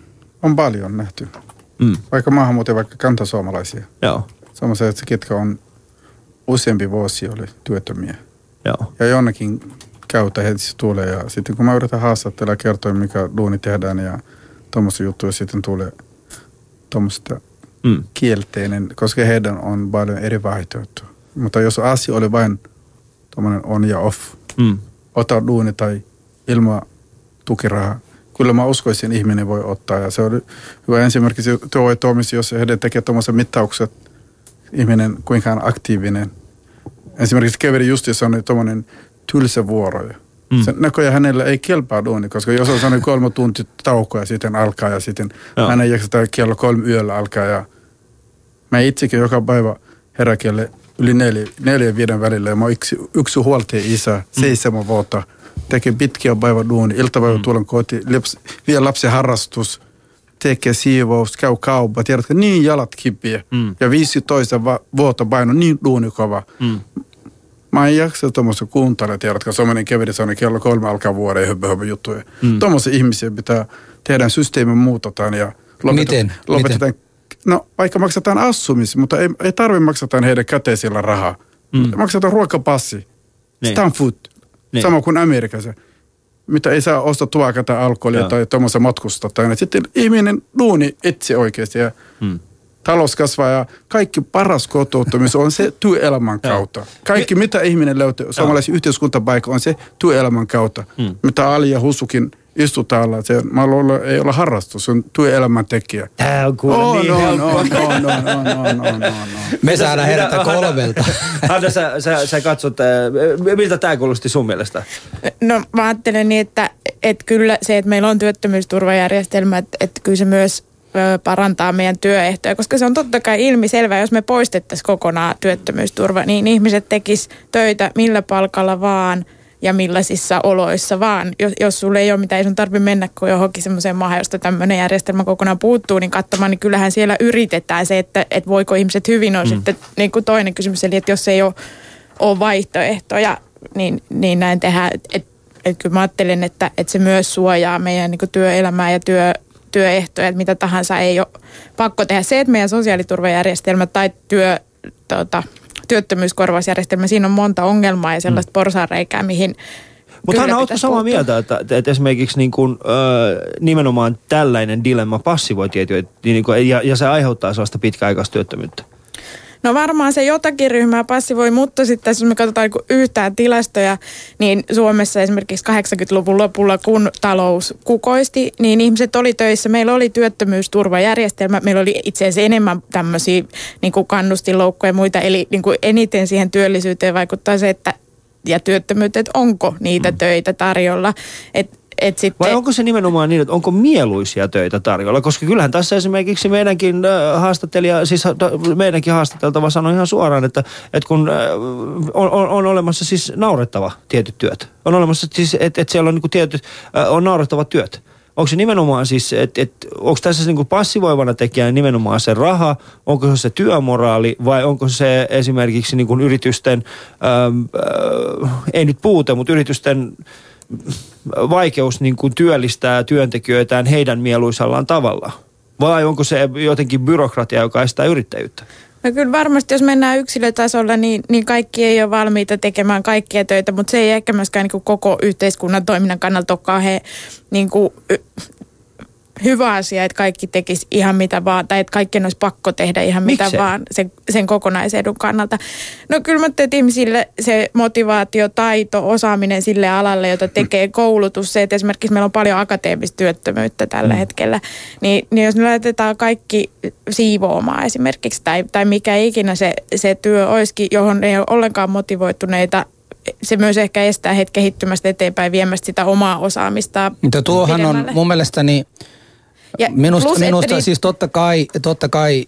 on paljon nähty. Mm. Vaikka maahanmuuttajia, vaikka kantasuomalaisia. Joo. Sellaiset, ketkä on useampi vuosi oli työttömiä. Joo. Ja jonnekin käytä heti se tulee. Ja sitten kun mä yritän haastatella ja kertoa, mikä duuni tehdään ja tuommoisia juttuja, sitten tulee tuommoista mm. kielteinen, koska heidän on paljon eri vaihtoehtoja. Mutta jos asia oli vain tuommoinen on ja off, mm. ota duuni tai ilman tukirahaa, kyllä mä uskoisin, ihminen voi ottaa. Ja se oli hyvä esimerkiksi tuo tuomisi, jos heidän tekee tuommoiset mittaukset, ihminen kuinka on aktiivinen. Esimerkiksi keveri justiissa on tuommoinen tylsä vuoro. Mm. Se näköjään hänellä ei kelpaa duuni, koska jos on sanonut kolme tuntia taukoa ja sitten alkaa ja sitten Joo. hän ei jaksa kello kolme yöllä alkaa. Ja mä itsekin joka päivä heräkelle yli neljä, neljä viiden välillä ja mä oon yksi, yksi huoltaja isä, mm. seitsemän vuotta. Tekee pitkiä päivän duuni, iltapäivä mm. tulen kotiin, laps, vie lapsen harrastus, tekee siivous, käy kauppa, tiedätkö, niin jalat kipiä. Mm. Ja viisitoista va- vuotta paino niin duunikova. Mm. Mä en jaksa tuommoista kuuntella, tiedätkö, semmoinen keveri, se on kello kolme alkaa vuoden höppö, höppö juttuja. Mm. Tuommoisia ihmisiä pitää tehdä systeemin muutetaan ja lopetetaan. Miten? lopetetaan. Miten? No vaikka maksataan assumis, mutta ei, ei tarvitse maksataan heidän käteisillä rahaa. Mm. Maksataan ruokapassi, niin. Stanfood, niin. Sama kuin Amerikassa. Mitä ei saa ostaa tuakaa tai alkoholia Joo. tai tuommoista matkustaa. Sitten ihminen duuni itse oikeasti ja mm. talous kasvaa ja kaikki paras kotouttamista on se työelämän kautta. Kaikki mitä ihminen löytää, suomalaisen yhteiskuntapaikka on se työelämän kautta. Mm. Mitä Ali ja Hussukin istutaan alla, se mä luulen, ei ole harrastus, se on työelämän tekijä. Tää on kuule oh, niin no, helppoa. No, no, no, no, no, no, no. Me saadaan herättää kolmelta. Hanna, sä, sä, sä katsot, miltä tää kuulosti sun mielestä? No mä ajattelen niin, että, että kyllä se, että meillä on työttömyysturvajärjestelmä, että, että kyllä se myös parantaa meidän työehtoja, koska se on totta kai ilmiselvää, jos me poistettaisiin kokonaan työttömyysturva, niin ihmiset tekis töitä millä palkalla vaan ja millaisissa oloissa vaan. Jos, jos sulle ei ole mitään, ei sun tarvitse mennä kuin johonkin semmoiseen maahan, josta tämmöinen järjestelmä kokonaan puuttuu, niin katsomaan, niin kyllähän siellä yritetään se, että, että voiko ihmiset hyvin on mm. sitten niin kuin toinen kysymys, eli että jos ei ole, ole vaihtoehtoja, niin, niin näin tehdään. Että et, et kyllä mä ajattelen, että, että se myös suojaa meidän niin kuin työelämää ja työ työehtoja, että mitä tahansa ei ole pakko tehdä. Se, että meidän sosiaaliturvajärjestelmä tai työ, tuota, työttömyyskorvausjärjestelmä, siinä on monta ongelmaa ja sellaista mm. porsaanreikää, mihin Mutta Hanna, ootko samaa mieltä, että, että esimerkiksi niin kuin, äh, nimenomaan tällainen dilemma passivoi tiettyjä, niin kuin, ja, ja se aiheuttaa sellaista pitkäaikaistyöttömyyttä? No varmaan se jotakin ryhmää passivoi, mutta sitten tässä jos me katsotaan niin yhtään tilastoja, niin Suomessa esimerkiksi kahdeksankymmentäluvun lopulla, kun talous kukoisti, niin ihmiset oli töissä. Meillä oli työttömyysturvajärjestelmä, meillä oli itse asiassa enemmän tämmöisiä niin kuin kannustinloukkuja ja muita, eli niin kuin eniten siihen työllisyyteen vaikuttaa se, että ja työttömyyteen, että onko niitä mm. töitä tarjolla, että Et sitten... Vai onko se nimenomaan niin, että onko mieluisia töitä tarjolla? Koska kyllähän tässä esimerkiksi meidänkin haastattelija, siis meidänkin haastateltava sanoi ihan suoraan, että, että kun on, on, on olemassa siis naurettava tietyt työt. On olemassa siis, että, että siellä on niin kuin tietyt, on naurettavat työt. Onko se nimenomaan siis, että, että onko tässä niin kuin passivoivana tekijänä nimenomaan se raha, onko se se työmoraali vai onko se esimerkiksi niin kuin yritysten, ähm, äh, ei nyt puute, mutta yritysten... vaikeus niin kuin työllistää työntekijöitään heidän mieluisallaan tavalla? Vai onko se jotenkin byrokratia, joka estää yrittäjyyttä? No kyllä varmasti, jos mennään yksilötasolla, niin, niin kaikki ei ole valmiita tekemään kaikkia töitä, mutta se ei ehkä myöskään niin kuin koko yhteiskunnan toiminnan kannalta ole kauhean niin kuin, hyvä asia, että kaikki tekisi ihan mitä vaan, tai että kaikkien olisi pakko tehdä ihan mitä Miksei? vaan sen, sen kokonaisedun kannalta. No kyllä mä ajattelin, että ihmisille se motivaatio, taito, osaaminen sille alalle, jota tekee koulutus, se, että esimerkiksi meillä on paljon akateemista työttömyyttä tällä mm. hetkellä, niin, niin jos me laitetaan kaikki siivoamaan esimerkiksi, tai, tai mikä ikinä se, se työ olisikin, johon ei ole ollenkaan motivoituneita, se myös ehkä estää heitä kehittymästä eteenpäin, viemästä sitä omaa osaamistaan. Mutta tuohan pidemmälle. on mun mielestäni, Ja minusta, plus, minusta niin, siis totta kai, totta kai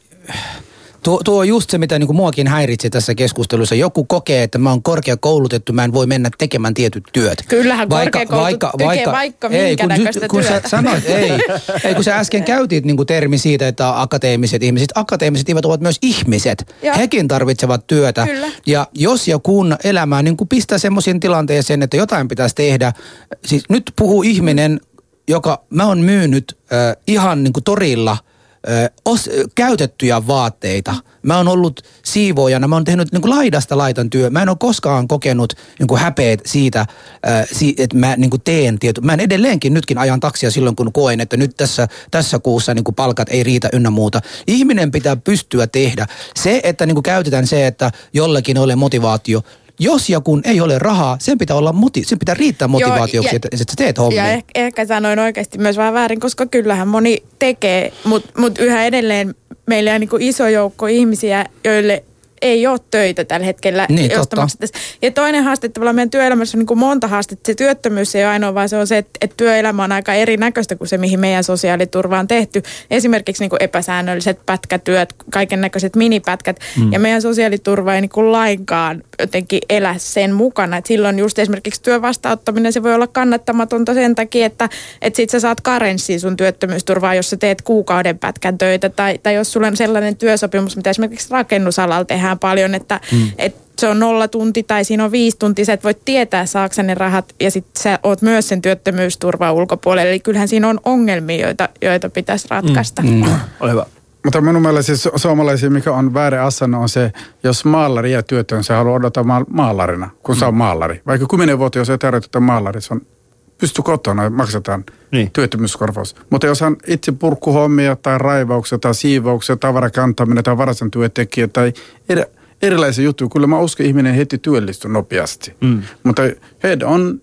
tuo, tuo on just se, mitä niin kuin muakin häiritsi tässä keskustelussa. Joku kokee, että mä oon korkeakoulutettu, mä en voi mennä tekemään tietyt työt. Kyllähän korkeakoulutettu tekee vaikka, vaikka minkä näköistä kun työtä. Sä sanoit, ei, ei, kun sä äsken käytit niin kuin termi siitä, että akateemiset ihmiset, akateemiset ihmiset ovat myös ihmiset. Joo. Hekin tarvitsevat työtä. Kyllä. Ja jos ja kun elämää niin kuin pistää semmoisen tilanteeseen, että jotain pitäisi tehdä, siis nyt puhuu ihminen, joka mä oon myynyt äh, ihan niin kuin torilla äh, os, käytettyjä vaatteita. Mä oon ollut siivoojana, mä oon tehnyt niin kuin laidasta laitan työ. Mä en ole koskaan kokenut niin kuin häpeät siitä, äh, si, että mä niin kuin teen tieto. Mä en edelleenkin nytkin ajan taksia silloin, kun koen, että nyt tässä, tässä kuussa niin kuin palkat ei riitä ynnä muuta. Ihminen pitää pystyä tehdä. Se, että niin kuin käytetään se, että jollekin ole motivaatio. Jos ja kun ei ole rahaa, sen pitää, olla moti- sen pitää riittää motivaatioksi, Joo, ja, että, että sä teet hommia. Ja ehkä, ehkä sanoin oikeasti myös vähän väärin, koska kyllähän moni tekee, mutta mut yhä edelleen meillä on niin kuin iso joukko ihmisiä, joille ei ole töitä tällä hetkellä. Niin, totta. Ja toinen haaste, tavallaan meidän työelämässä on niin kuin monta haastetta. Se työttömyys ei ole ainoa, vaan se on se, että, että työelämä on aika erinäköistä kuin se, mihin meidän sosiaaliturva on tehty. Esimerkiksi niin kuin epäsäännölliset pätkätyöt, kaiken näköiset minipätkät. Mm. Ja meidän sosiaaliturva ei niin kuin lainkaan jotenkin elä sen mukana. Et silloin just esimerkiksi työvastaanottaminen, se voi olla kannattamatonta sen takia, että, että sit sä saat karenssia sun työttömyysturvaa, jos sä teet kuukauden pätkän töitä. Tai, tai jos sulla on sellainen työsopimus, mitä esimerkiksi rakennusalalla tehdään paljon, että mm. et se on nolla tunti tai siinä on viisi tuntia, sä et voi tietää saako ne rahat ja sit sä oot myös sen työttömyysturvan ulkopuolella. Eli kyllähän siinä on ongelmia, joita, joita pitäisi ratkaista. Mm. Mm. Ole hyvä. Mutta minun mielestä siis suomalaisia, mikä on väärä asenne, on se, jos maalari ja työtön, se haluaa odottaa ma- maalarina, kun mm. se on maalari. Vaikka kymmenen vuotta, jos ei tarvitse maalari, se on pysty kotona ja maksetaan niin. työttömyyskorvaus. Mutta jos on itse purkkuhommia tai raivauksia tai siivouksia, tavarakantaminen tai varasen työntekijä tai eri, erilaisia juttuja, kyllä mä uskon, ihminen heti työllistyy nopeasti. Mm. Mutta heidän on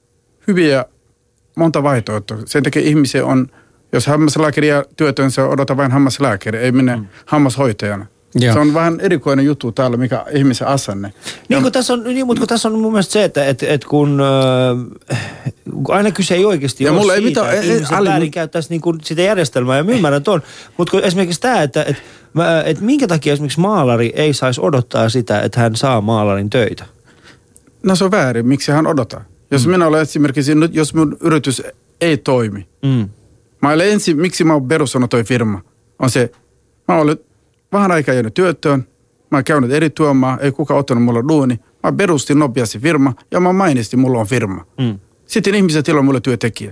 hyviä monta vaihtoehtoa. Sen takia ihmisiä on, jos hammaslääkäri ja työtön, se odota vain hammaslääkäri, ei minne mm. hammashoitajana. Joo. Se on vähän erikoinen juttu täällä, mikä ihmisen asenne. Niin, kun tässä on, niin, mutta kun tässä on mun mielestä se, että et, et kun äh, aina kyse ei oikeasti ja ole siitä, mitään, että ihmiset ali... väärinkäyttäisi niin kuin sitä järjestelmää ja ymmärrän tuon. Mutta kun esimerkiksi tämä, että et, et minkä takia esimerkiksi maalari ei saisi odottaa sitä, että hän saa maalarin töitä? No se on väärin. Miksi hän odottaa? Jos mm. minä olen esimerkiksi, jos mun yritys ei toimi. Mm. Mä olen ensin, miksi mä oon perustanut toi firma, on se, mä olen vähän aikaa jäänyt työttöön, mä oon käynyt eri työmaa, ei kukaan ottanut mulle duuni. Mä perustin nopeasti firma ja mä mainistin, mulla on firma. Mm. Sitten ihmiset tilaa mulle työntekijä.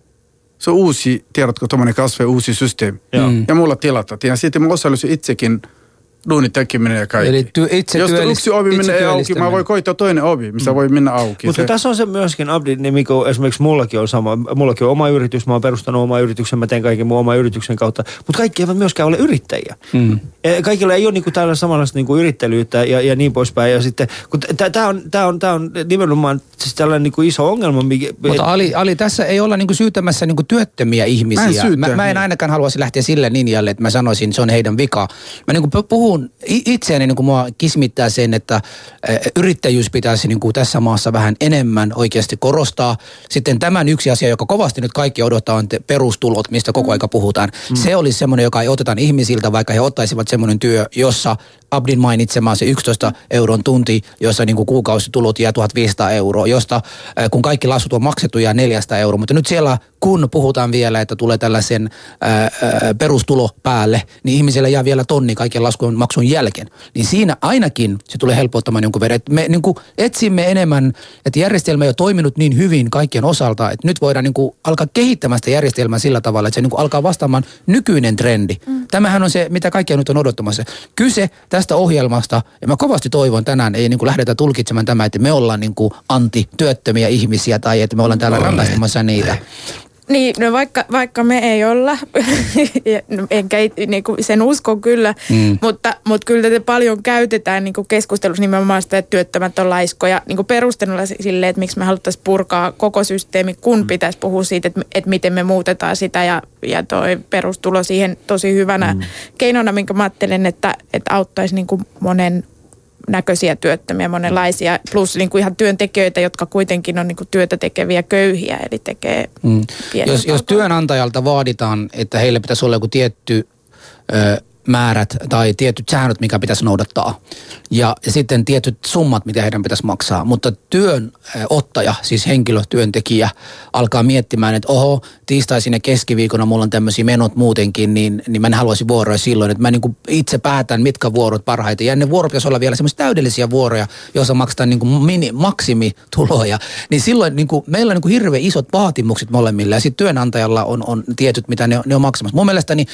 Se on uusi, tiedätkö, tommoinen kasve, uusi systeemi. Mm. Ja mulla tilata. Ja sitten mä osallisin itsekin duunin tekeminen ja kaikki. Eli ty- itse jos yksi ovi menee auki, mä voin koittaa toinen ovi, missä mm. voi mennä auki. Mutta tässä on se myöskin, Abdi, niin mikä esimerkiksi mullakin on sama. Mullakin on oma yritys, mä oon perustanut oma yrityksen, mä teen kaiken mun oma yrityksen kautta. Mutta kaikki eivät myöskään ole yrittäjiä. Mm. Kaikilla ei ole niinku täällä samanlaista niinku yrittelyitä ja, ja niin poispäin. Ja sitten, kun tämä on, tää on, tää on nimenomaan siis tällainen niinku iso ongelma. Mikä, Mutta et... Ali, Ali, tässä ei olla niinku syytämässä niinku työttömiä ihmisiä. Mä en, mä, mä en ainakaan haluaisi lähteä sille linjalle, että mä sanoisin, että se on heidän vika. Mä niinku puhun itseäni, niin kuin mua kismittää sen, että yrittäjyys pitäisi niin kuin tässä maassa vähän enemmän oikeasti korostaa. Sitten tämän yksi asia, joka kovasti nyt kaikki odottaa, on perustulot, mistä koko aika puhutaan. Mm. Se olisi semmoinen, joka ei otetaan ihmisiltä, vaikka he ottaisivat semmoinen työ, jossa Abdin mainitsemaan se yksitoista euron tunti, jossa niin kuin kuukausitulot jää tuhatviisisataa euroa, josta kun kaikki laskut on maksettu jää neljäsataa euroa. Mutta nyt siellä kun puhutaan vielä, että tulee tällaisen ää, ää, perustulo päälle, niin ihmisellä jää vielä tonni kaiken laskun maksun jälkeen. Niin siinä ainakin se tulee helpottamaan jonkun verran. Että me niin kuin etsimme enemmän, että järjestelmä ei ole toiminut niin hyvin kaikkien osalta, että nyt voidaan niin kuin alkaa kehittämään sitä järjestelmää sillä tavalla, että se niin kuin alkaa vastaamaan nykyinen trendi. Mm. Tämähän on se, mitä kaikkia nyt on odottamassa. Kyse tästä ohjelmasta, ja mä kovasti toivon tänään, ei niin kuin lähdetä tulkitsemaan tämä, että me ollaan niin kuin anti-työttömiä ihmisiä tai että me ollaan täällä rangaistamassa niitä. Niin, no vaikka, vaikka me ei olla, enkä niinku sen usko kyllä, mm. mutta, mutta kyllä tätä paljon käytetään niinku keskustelussa nimenomaan sitä, että työttömät on laiskoja niinku perustelulla silleen, että miksi me haluttaisiin purkaa koko systeemi, kun mm. pitäisi puhua siitä, että, että miten me muutetaan sitä ja, ja toi perustulo siihen tosi hyvänä mm. keinona, minkä mä ajattelen, että, että auttaisi niinku monen näköisiä työttömiä, monenlaisia, plus niin kuin ihan työntekijöitä, jotka kuitenkin on niin kuin työtä tekeviä köyhiä, eli tekee mm. Jos, jos työnantajalta vaaditaan, että heille pitäisi olla joku tietty ö, määrät tai tietyt säännöt, mikä pitäisi noudattaa. Ja, ja sitten tietyt summat, mitä heidän pitäisi maksaa. Mutta työnottaja, siis henkilötyöntekijä, alkaa miettimään, että oho, tiistaisin ja keskiviikona mulla on tämmöisiä menot muutenkin, niin, niin mä en haluaisi vuoroja silloin. Että mä niin kuin itse päätän, mitkä vuorot parhaiten. Ja ne vuorot pitäisi olla vielä semmoisia täydellisiä vuoroja, joissa maksetaan niin kuin mini, maksimituloja. Niin silloin niin kuin, meillä on niin kuin hirveän isot vaatimukset molemmille. Ja sitten työnantajalla on, on tietyt, mitä ne, ne on maksamassa. Mun mielestäni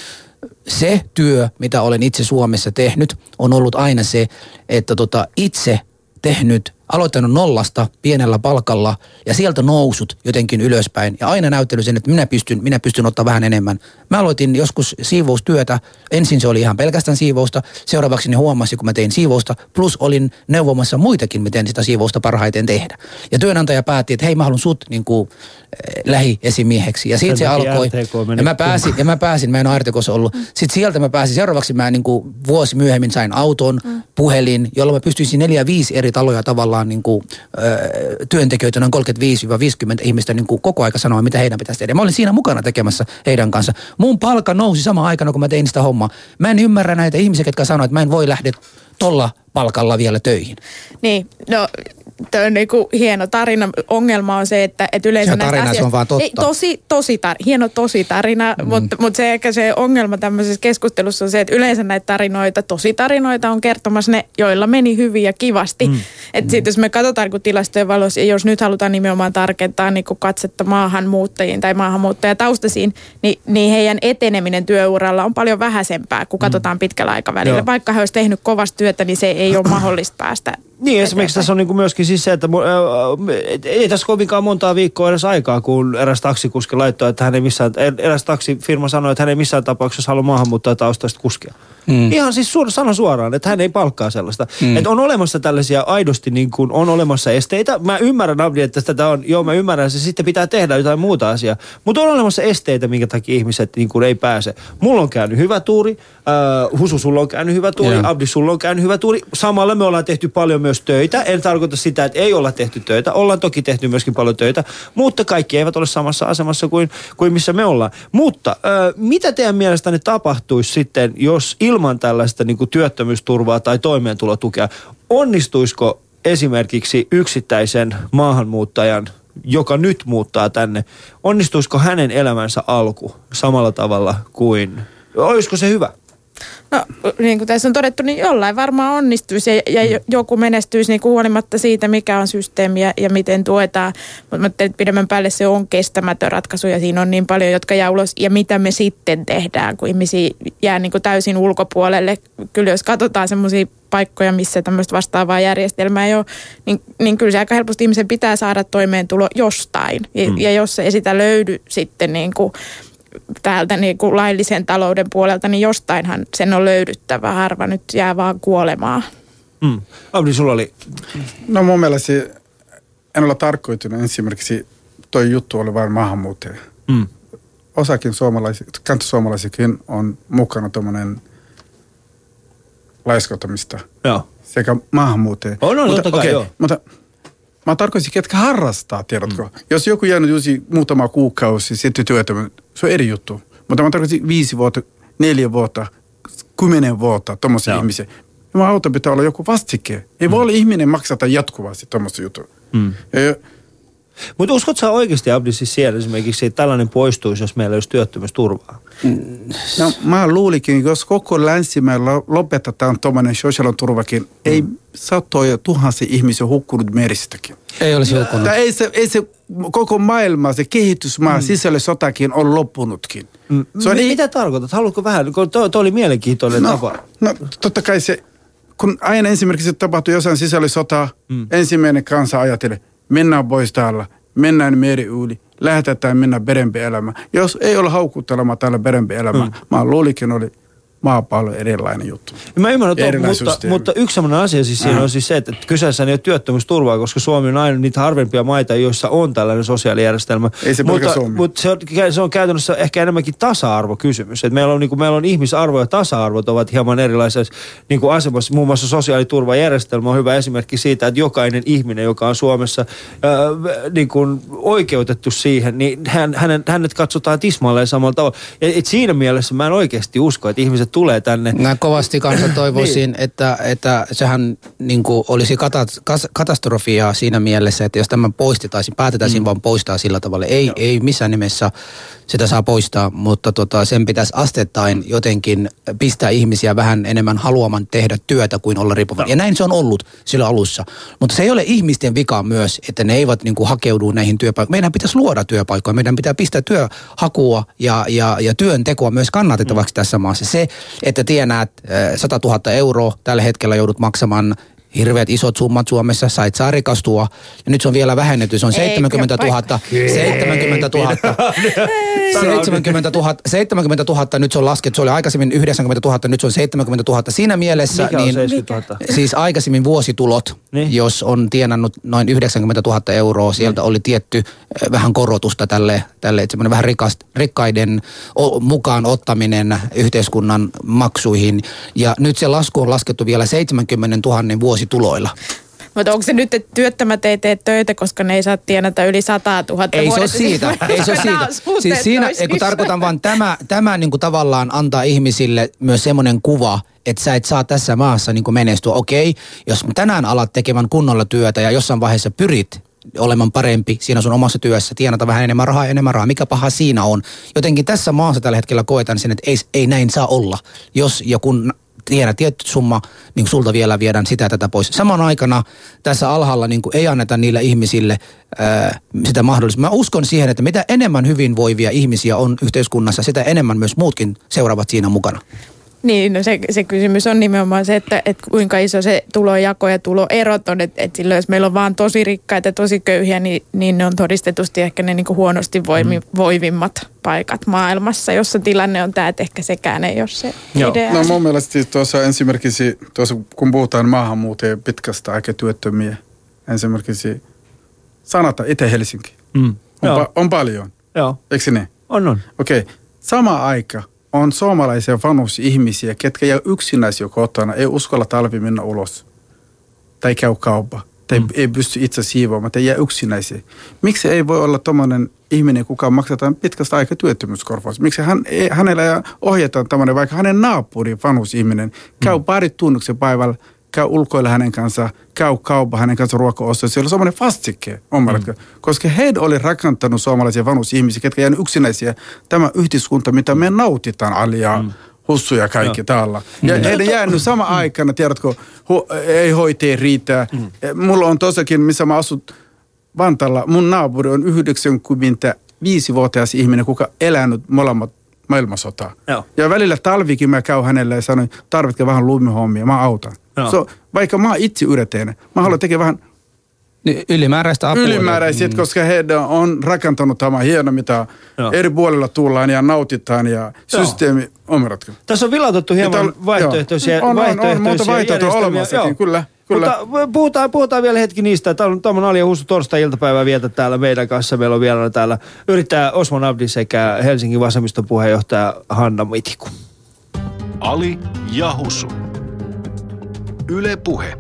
se työ, mitä olen itse Suomessa tehnyt, on ollut aina se, että tota, itse tehnyt, aloittanut nollasta pienellä palkalla ja sieltä nousut jotenkin ylöspäin. Ja aina näyttänyt sen, että minä pystyn, minä pystyn ottaa vähän enemmän. Mä aloitin joskus siivoustyötä. Ensin se oli ihan pelkästään siivousta. Seuraavaksi ne huomasi, kun mä tein siivousta. Plus olin neuvomassa muitakin, miten sitä siivousta parhaiten tehdä. Ja työnantaja päätti, että hei, mä haluan sut niin kuin, äh, lähiesimieheksi. Ja siitä se alkoi. Ja mä pääsin, ja mä pääsin, mä en ole R T K:ssa ollut. Sitten sieltä mä pääsin. Seuraavaksi mä niin kuin vuosi myöhemmin sain auton, puhelin, jolla mä pystyisin neljä viisi eri taloja tavallaan niin kuin, ö, työntekijöitä, noin kolmekymmentäviisi viisikymmentä ihmistä niin kuin koko aika sanoa, mitä heidän pitäisi tehdä. Mä olin siinä mukana tekemässä heidän kanssa. Mun palkka nousi samaan aikana, kun mä tein sitä hommaa. Mä en ymmärrä näitä ihmisiä, jotka sanoo, että mä en voi lähteä tolla palkalla vielä töihin. Niin, no Tuo on niinku hieno tarina. Ongelma on se, että, että yleensä näistä tarina, asioista... Se on vaan totta. Ei, tosi, tosi tar- hieno tosi tarina, mm. mutta, mutta se ehkä se ongelma tämmöisessä keskustelussa on se, että yleensä näitä tarinoita, tosi tarinoita on kertomassa ne, joilla meni hyvin ja kivasti. Mm. Että mm. sitten jos me katsotaan kun tilastojen valossa, ja jos nyt halutaan nimenomaan tarkentaa niin katsetta maahanmuuttajiin tai maahanmuuttajataustaisiin, niin, niin heidän eteneminen työuralla on paljon vähäisempää, kun katsotaan mm. pitkällä aikavälillä. Joo. Vaikka he olisi tehnyt kovasti työtä, niin se ei ole mahdollista päästä. Niin, esimerkiksi tässä on niin kuin myöskin siis se, että äh, ei tässä kovinkaan montaa viikkoa edes aikaa, kun eräs taksikuski laittoi, että hän ei missään, eräs taksifirma sanoi, että hän ei missään tapauksessa halua maahanmuuttaa taustaista kuskia. Mm. Ihan siis suor, sano suoraan, että hän ei palkkaa sellaista. Mm. Että on olemassa tällaisia aidosti niin kuin on olemassa esteitä. Mä ymmärrän, Abdi, että tätä on, joo mä ymmärrän, että sitten pitää tehdä jotain muuta asiaa. Mutta on olemassa esteitä, minkä takia ihmiset niin kuin ei pääse. Mulla on käynyt hyvä tuuri, äh, Husu sulla on käynyt hyvä tuuri, yeah. Abdi sulla on käynyt hyvä tuuri. Samalla me ollaan tehty paljon myös töitä. En tarkoita sitä, että ei olla tehty töitä. Ollaan toki tehty myöskin paljon töitä, mutta kaikki eivät ole samassa asemassa kuin, kuin missä me ollaan. Mutta äh, mitä teidän mielestänne tapahtuisi sitten, jos ilman tällaista niin kuin työttömyysturvaa tai toimeentulotukea, onnistuisiko esimerkiksi yksittäisen maahanmuuttajan, joka nyt muuttaa tänne, onnistuisiko hänen elämänsä alku samalla tavalla kuin, olisiko se hyvä? No niin kuin tässä on todettu, niin jollain varmaan onnistuisi ja, ja joku menestyisi niin kuin huolimatta siitä, mikä on systeemi ja, ja miten tuetaan. Mutta mä ajattelin, että pidemmän päälle se on kestämätön ratkaisu ja siinä on niin paljon, jotka jää ulos. Ja mitä me sitten tehdään, kun ihmisiä jää niin kuin täysin ulkopuolelle. Kyllä jos katsotaan semmoisia paikkoja, missä tämmöistä vastaavaa järjestelmää ei ole, niin, niin kyllä se aika helposti ihmisen pitää saada toimeentulo jostain. Ja, mm. ja jos se ei sitä löydy sitten niin kuin täältä niin kuin laillisen talouden puolelta, niin jostainhan sen on löydyttävä. Harva nyt jää vaan kuolemaan. Mm. Abdi, sulla oli... No mun mielestä en ole tarkoittanut esimerkiksi, toi juttu oli vain maahanmuuttaja. Mm. Osakin suomalaisia, kantasuomalaisikin on mukana tuommoinen laiskottamista. Joo. Sekä maahanmuuttaja. On, on, totta kai, okay, joo. Mutta mä tarkoitin, ketkä harrastaa, tiedätkö? Mm. Jos joku jäänyt juuri muutama kuukausi sitten työttömän, se on eri juttu. Mutta mä tarkoitin viisi vuotta, neljä vuotta, kymmenen vuotta, tommosia ihmisiä. Mä auto pitää olla joku vastike. Ei mm. voi olla ihminen maksata jatkuvasti tommoista juttua. Mm. Ja, Mutta uskotko sä oikeasti, Abdi, siis siellä esimerkiksi, että tällainen poistuisi, jos meillä olisi työttömyysturvaa? No mä luulikin, jos koko länsimäellä lopetetaan tuommoinen sosiaaliturvakin, mm. ei satoja tuhansia ihmisiä hukkunut meristäkin. Ei olisi hukkunut. Ei se, ei se koko maailma, se kehitysmaa, mm. sisällissotakin on loppunutkin. Mm. Se on, mitä tarkoitat? Haluatko vähän? Tuo oli mielenkiintoinen no, tapa. No totta kai se, kun aina esimerkiksi tapahtui jossain sisällissota, mm. ensimmäinen kansa ajattelee, mennään pois täällä, mennään meri yli, lähetetään mennä perempi elämä. Jos ei ole haukuttelema täällä perempi elämä, mm. mä luulikin oli maapallo erilainen juttu. Mä ymmärrän, mutta, mutta yksi sellainen asia siis siinä on siis se, että kyseessä ei ole työttömyysturvaa, koska Suomi on aina niitä harvempia maita, joissa on tällainen sosiaalijärjestelmä. Ei se mutta, Suomi. mutta se on, se on käytännössä ehkä enemmänkin tasa-arvokysymys. Että meillä on, niin kuin, meillä on ihmisarvo ja tasa-arvot ovat hieman erilaisessa niin kuin asemassa. Muun muassa sosiaaliturvajärjestelmä on hyvä esimerkki siitä, että jokainen ihminen, joka on Suomessa ää, niin kuin oikeutettu siihen, niin hän, hänen, hänet katsotaan tismalleen samalla tavalla. Ja, et siinä mielessä mä en oikeasti usko, että ihmiset tulee tänne. Mä kovasti kanssa toivoisin, niin. että, että sehän niin kuin olisi katastrofia siinä mielessä, että jos tämä poistettaisiin, päätetäisiin mm. vaan poistaa sillä tavalla. Ei, ei missään nimessä sitä saa poistaa, mutta tota, sen pitäisi asteittain jotenkin pistää ihmisiä vähän enemmän haluamaan tehdä työtä kuin olla riippuvainen. Ja näin se on ollut sillä alussa. Mutta se ei ole ihmisten vika myös, että ne eivät niin kuin hakeudu näihin työpaikkoihin. Meidän pitäisi luoda työpaikkoja. Meidän pitää pistää työhakua ja, ja, ja työntekoa myös kannatettavaksi mm. tässä maassa. Se, että tienaat sata tuhatta euroa, tällä hetkellä joudut maksamaan hirveät isot summat Suomessa, sait saa rikastua. Ja nyt se on vielä vähennetty, se on seitsemänkymmentätuhatta. seitsemänkymmentätuhatta. seitsemänkymmentätuhatta. seitsemänkymmentätuhatta, nyt se on laskettu. Se oli aikaisemmin yhdeksänkymmentätuhatta, nyt se on seitsemänkymmentätuhatta. Siinä mielessä, mikä niin, siis aikaisemmin vuositulot, niin. Jos on tienannut noin yhdeksänkymmentätuhatta euroa, sieltä niin. Oli tietty vähän korotusta tälle, tälle että semmoinen vähän rikast, rikkaiden o, mukaan ottaminen yhteiskunnan maksuihin. Ja nyt se lasku on laskettu vielä seitsemänkymmentätuhatta vuosituloilla. Mutta onko se nyt, että työttömät ei tee töitä, koska ne ei saa tienata yli sata tuhatta ei vuodessa? Se siitä, ei se ole siitä. Siis siinä, kun tarkoitan vaan, tämä, tämä niin kuin tavallaan antaa ihmisille myös semmoinen kuva, että sä et saa tässä maassa niin kuin menestyä. Okei, jos tänään alat tekemään kunnolla työtä ja jossain vaiheessa pyrit olemaan parempi siinä sun omassa työssä, tienata vähän enemmän rahaa ja enemmän rahaa. Mikä paha siinä on? Jotenkin tässä maassa tällä hetkellä koetaan sen, että ei, ei näin saa olla. Jos ja kun tiedä tietty summa, niin sulta vielä viedään sitä tätä pois. Saman aikana tässä alhaalla niin ei anneta niille ihmisille ää, sitä mahdollisuutta. Mä uskon siihen, että mitä enemmän hyvinvoivia ihmisiä on yhteiskunnassa, sitä enemmän myös muutkin seuraavat siinä mukana. Niin, no se, se kysymys on nimenomaan se, että, että kuinka iso se tulojako ja tuloerot on. Että, että silloin, jos meillä on vaan tosi rikkaita ja tosi köyhiä, niin, niin ne on todistetusti ehkä ne niin kuin huonosti voimi, mm. voivimmat paikat maailmassa, jossa tilanne on tämä, että ehkä sekään ei ole se idea. No mun mielestä tuossa esimerkiksi, tuossa, kun puhutaan maahanmuuttajia pitkästä aikaa työttömiä, esimerkiksi sanata Itä-Helsinki. Mm. On, pa- on paljon. Joo. Eikö ne? On, on. Okei. Okay. Sama aika on suomalaisia vanhusihmisiä, ketkä jää yksinäisiä kotona, ei uskalla talvi mennä ulos. Tai käy kauppa. Tai mm. ei pysty itse siivoamaan, tai jää yksinäisiä. Miksi ei voi olla tommoinen ihminen, kuka maksetaan pitkästä aikaa työttömyyskorvaus? Miksi hän, ei, hänellä ohjataan tommoinen, vaikka hänen naapuri, vanhusihminen, käy mm. pari tunnuksen päivällä, käy ulkoilla hänen kanssa, käy kauppa hänen kanssa ruokaostossa. Se on semmoinen vastikke, ymmärrätkö? Mm. Koska he oli rakentanut suomalaisia vanhusihmisiä, ketkä jäänyt yksinäisiä. Tämä yhteiskunta, mitä me nautitaan alia, mm. hussuja kaikki täällä. Ja mm. heidän jäänyt sama aikana, tiedätkö, ho- ei hoiteen riittää. Mm. Mulla on tossakin, missä mä asun Vantaalla, mun naapuri on yhdeksänkymmentäviisivuotias ihminen, kuka elänyt molemmat maailmansotaa. Joo. Ja välillä talvikin mä käyn hänelle ja sanoin, tarvitko vähän lumihommia, mä autan. So, vaikka mä itse yrittäjänä, mä haluan tekemään vähän ylimääräistä apua. Ylimääräisiä, mm. koska he on rakentanut tämä hieno, mitä Joo. eri puolilla tullaan ja nautitaan ja systeemi, omiratko. Tässä on vilautettu hieman Täl, vaihtoehtoisia, on, vaihtoehtoisia on, on, mutta vaihtoehtoja olemassakin, kyllä. Kyllä. Mutta puhutaan, puhutaan vielä hetki niistä. Tämä on Ali ja Hussu torstai-iltapäivää vietä täällä meidän kanssa. Meillä on vielä täällä yrittäjä Osman Abdi sekä Helsingin vasemmiston puheenjohtaja Hanna Mitiku. Ali ja Hussu. Yle Puhe.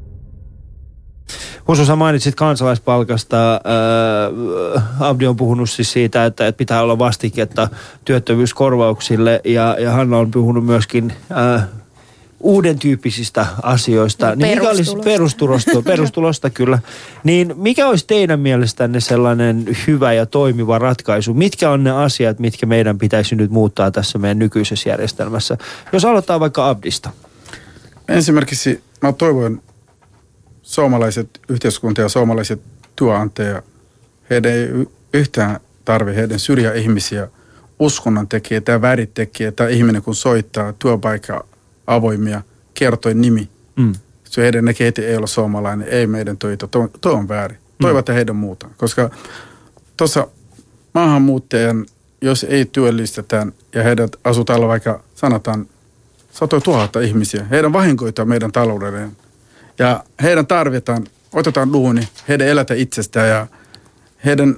Hussu, sä mainitsit kansalaispalkasta. Ää, Abdi on puhunut siis siitä, että, että pitää olla vastiketta työttömyyskorvauksille ja, ja Hanna on puhunut myöskin ää, uuden tyyppisistä asioista. No, niin mikä olisi perustulosta, perustulosta kyllä. Niin mikä olisi teidän mielestänne sellainen hyvä ja toimiva ratkaisu? Mitkä on ne asiat, mitkä meidän pitäisi nyt muuttaa tässä meidän nykyisessä järjestelmässä? Jos aloittaa vaikka Abdista. Ensimmäiseksi mä toivon suomalaiset yhteiskunta ja suomalaiset työnantajat, heidän ei yhtään tarvitse heidän syrjää ihmisiä, uskonnon tekijä tai väritekijä tai ihminen kun soittaa työpaikka avoimia, kertoi nimi. Mm. Se heidän näkee, että ei ole suomalainen, ei meidän töitä. Tuo, tuo on väärin. Toivotaan mm. heidän muuta. Koska tuossa maahanmuuttajan, jos ei työllistetään ja heidät asutaan vaikka sanotaan satoja tuhatta ihmisiä, heidän vahinkoitaan meidän taloudellinen. Ja heidän tarvitaan, otetaan duuni, heidän elätä itsestään ja heidän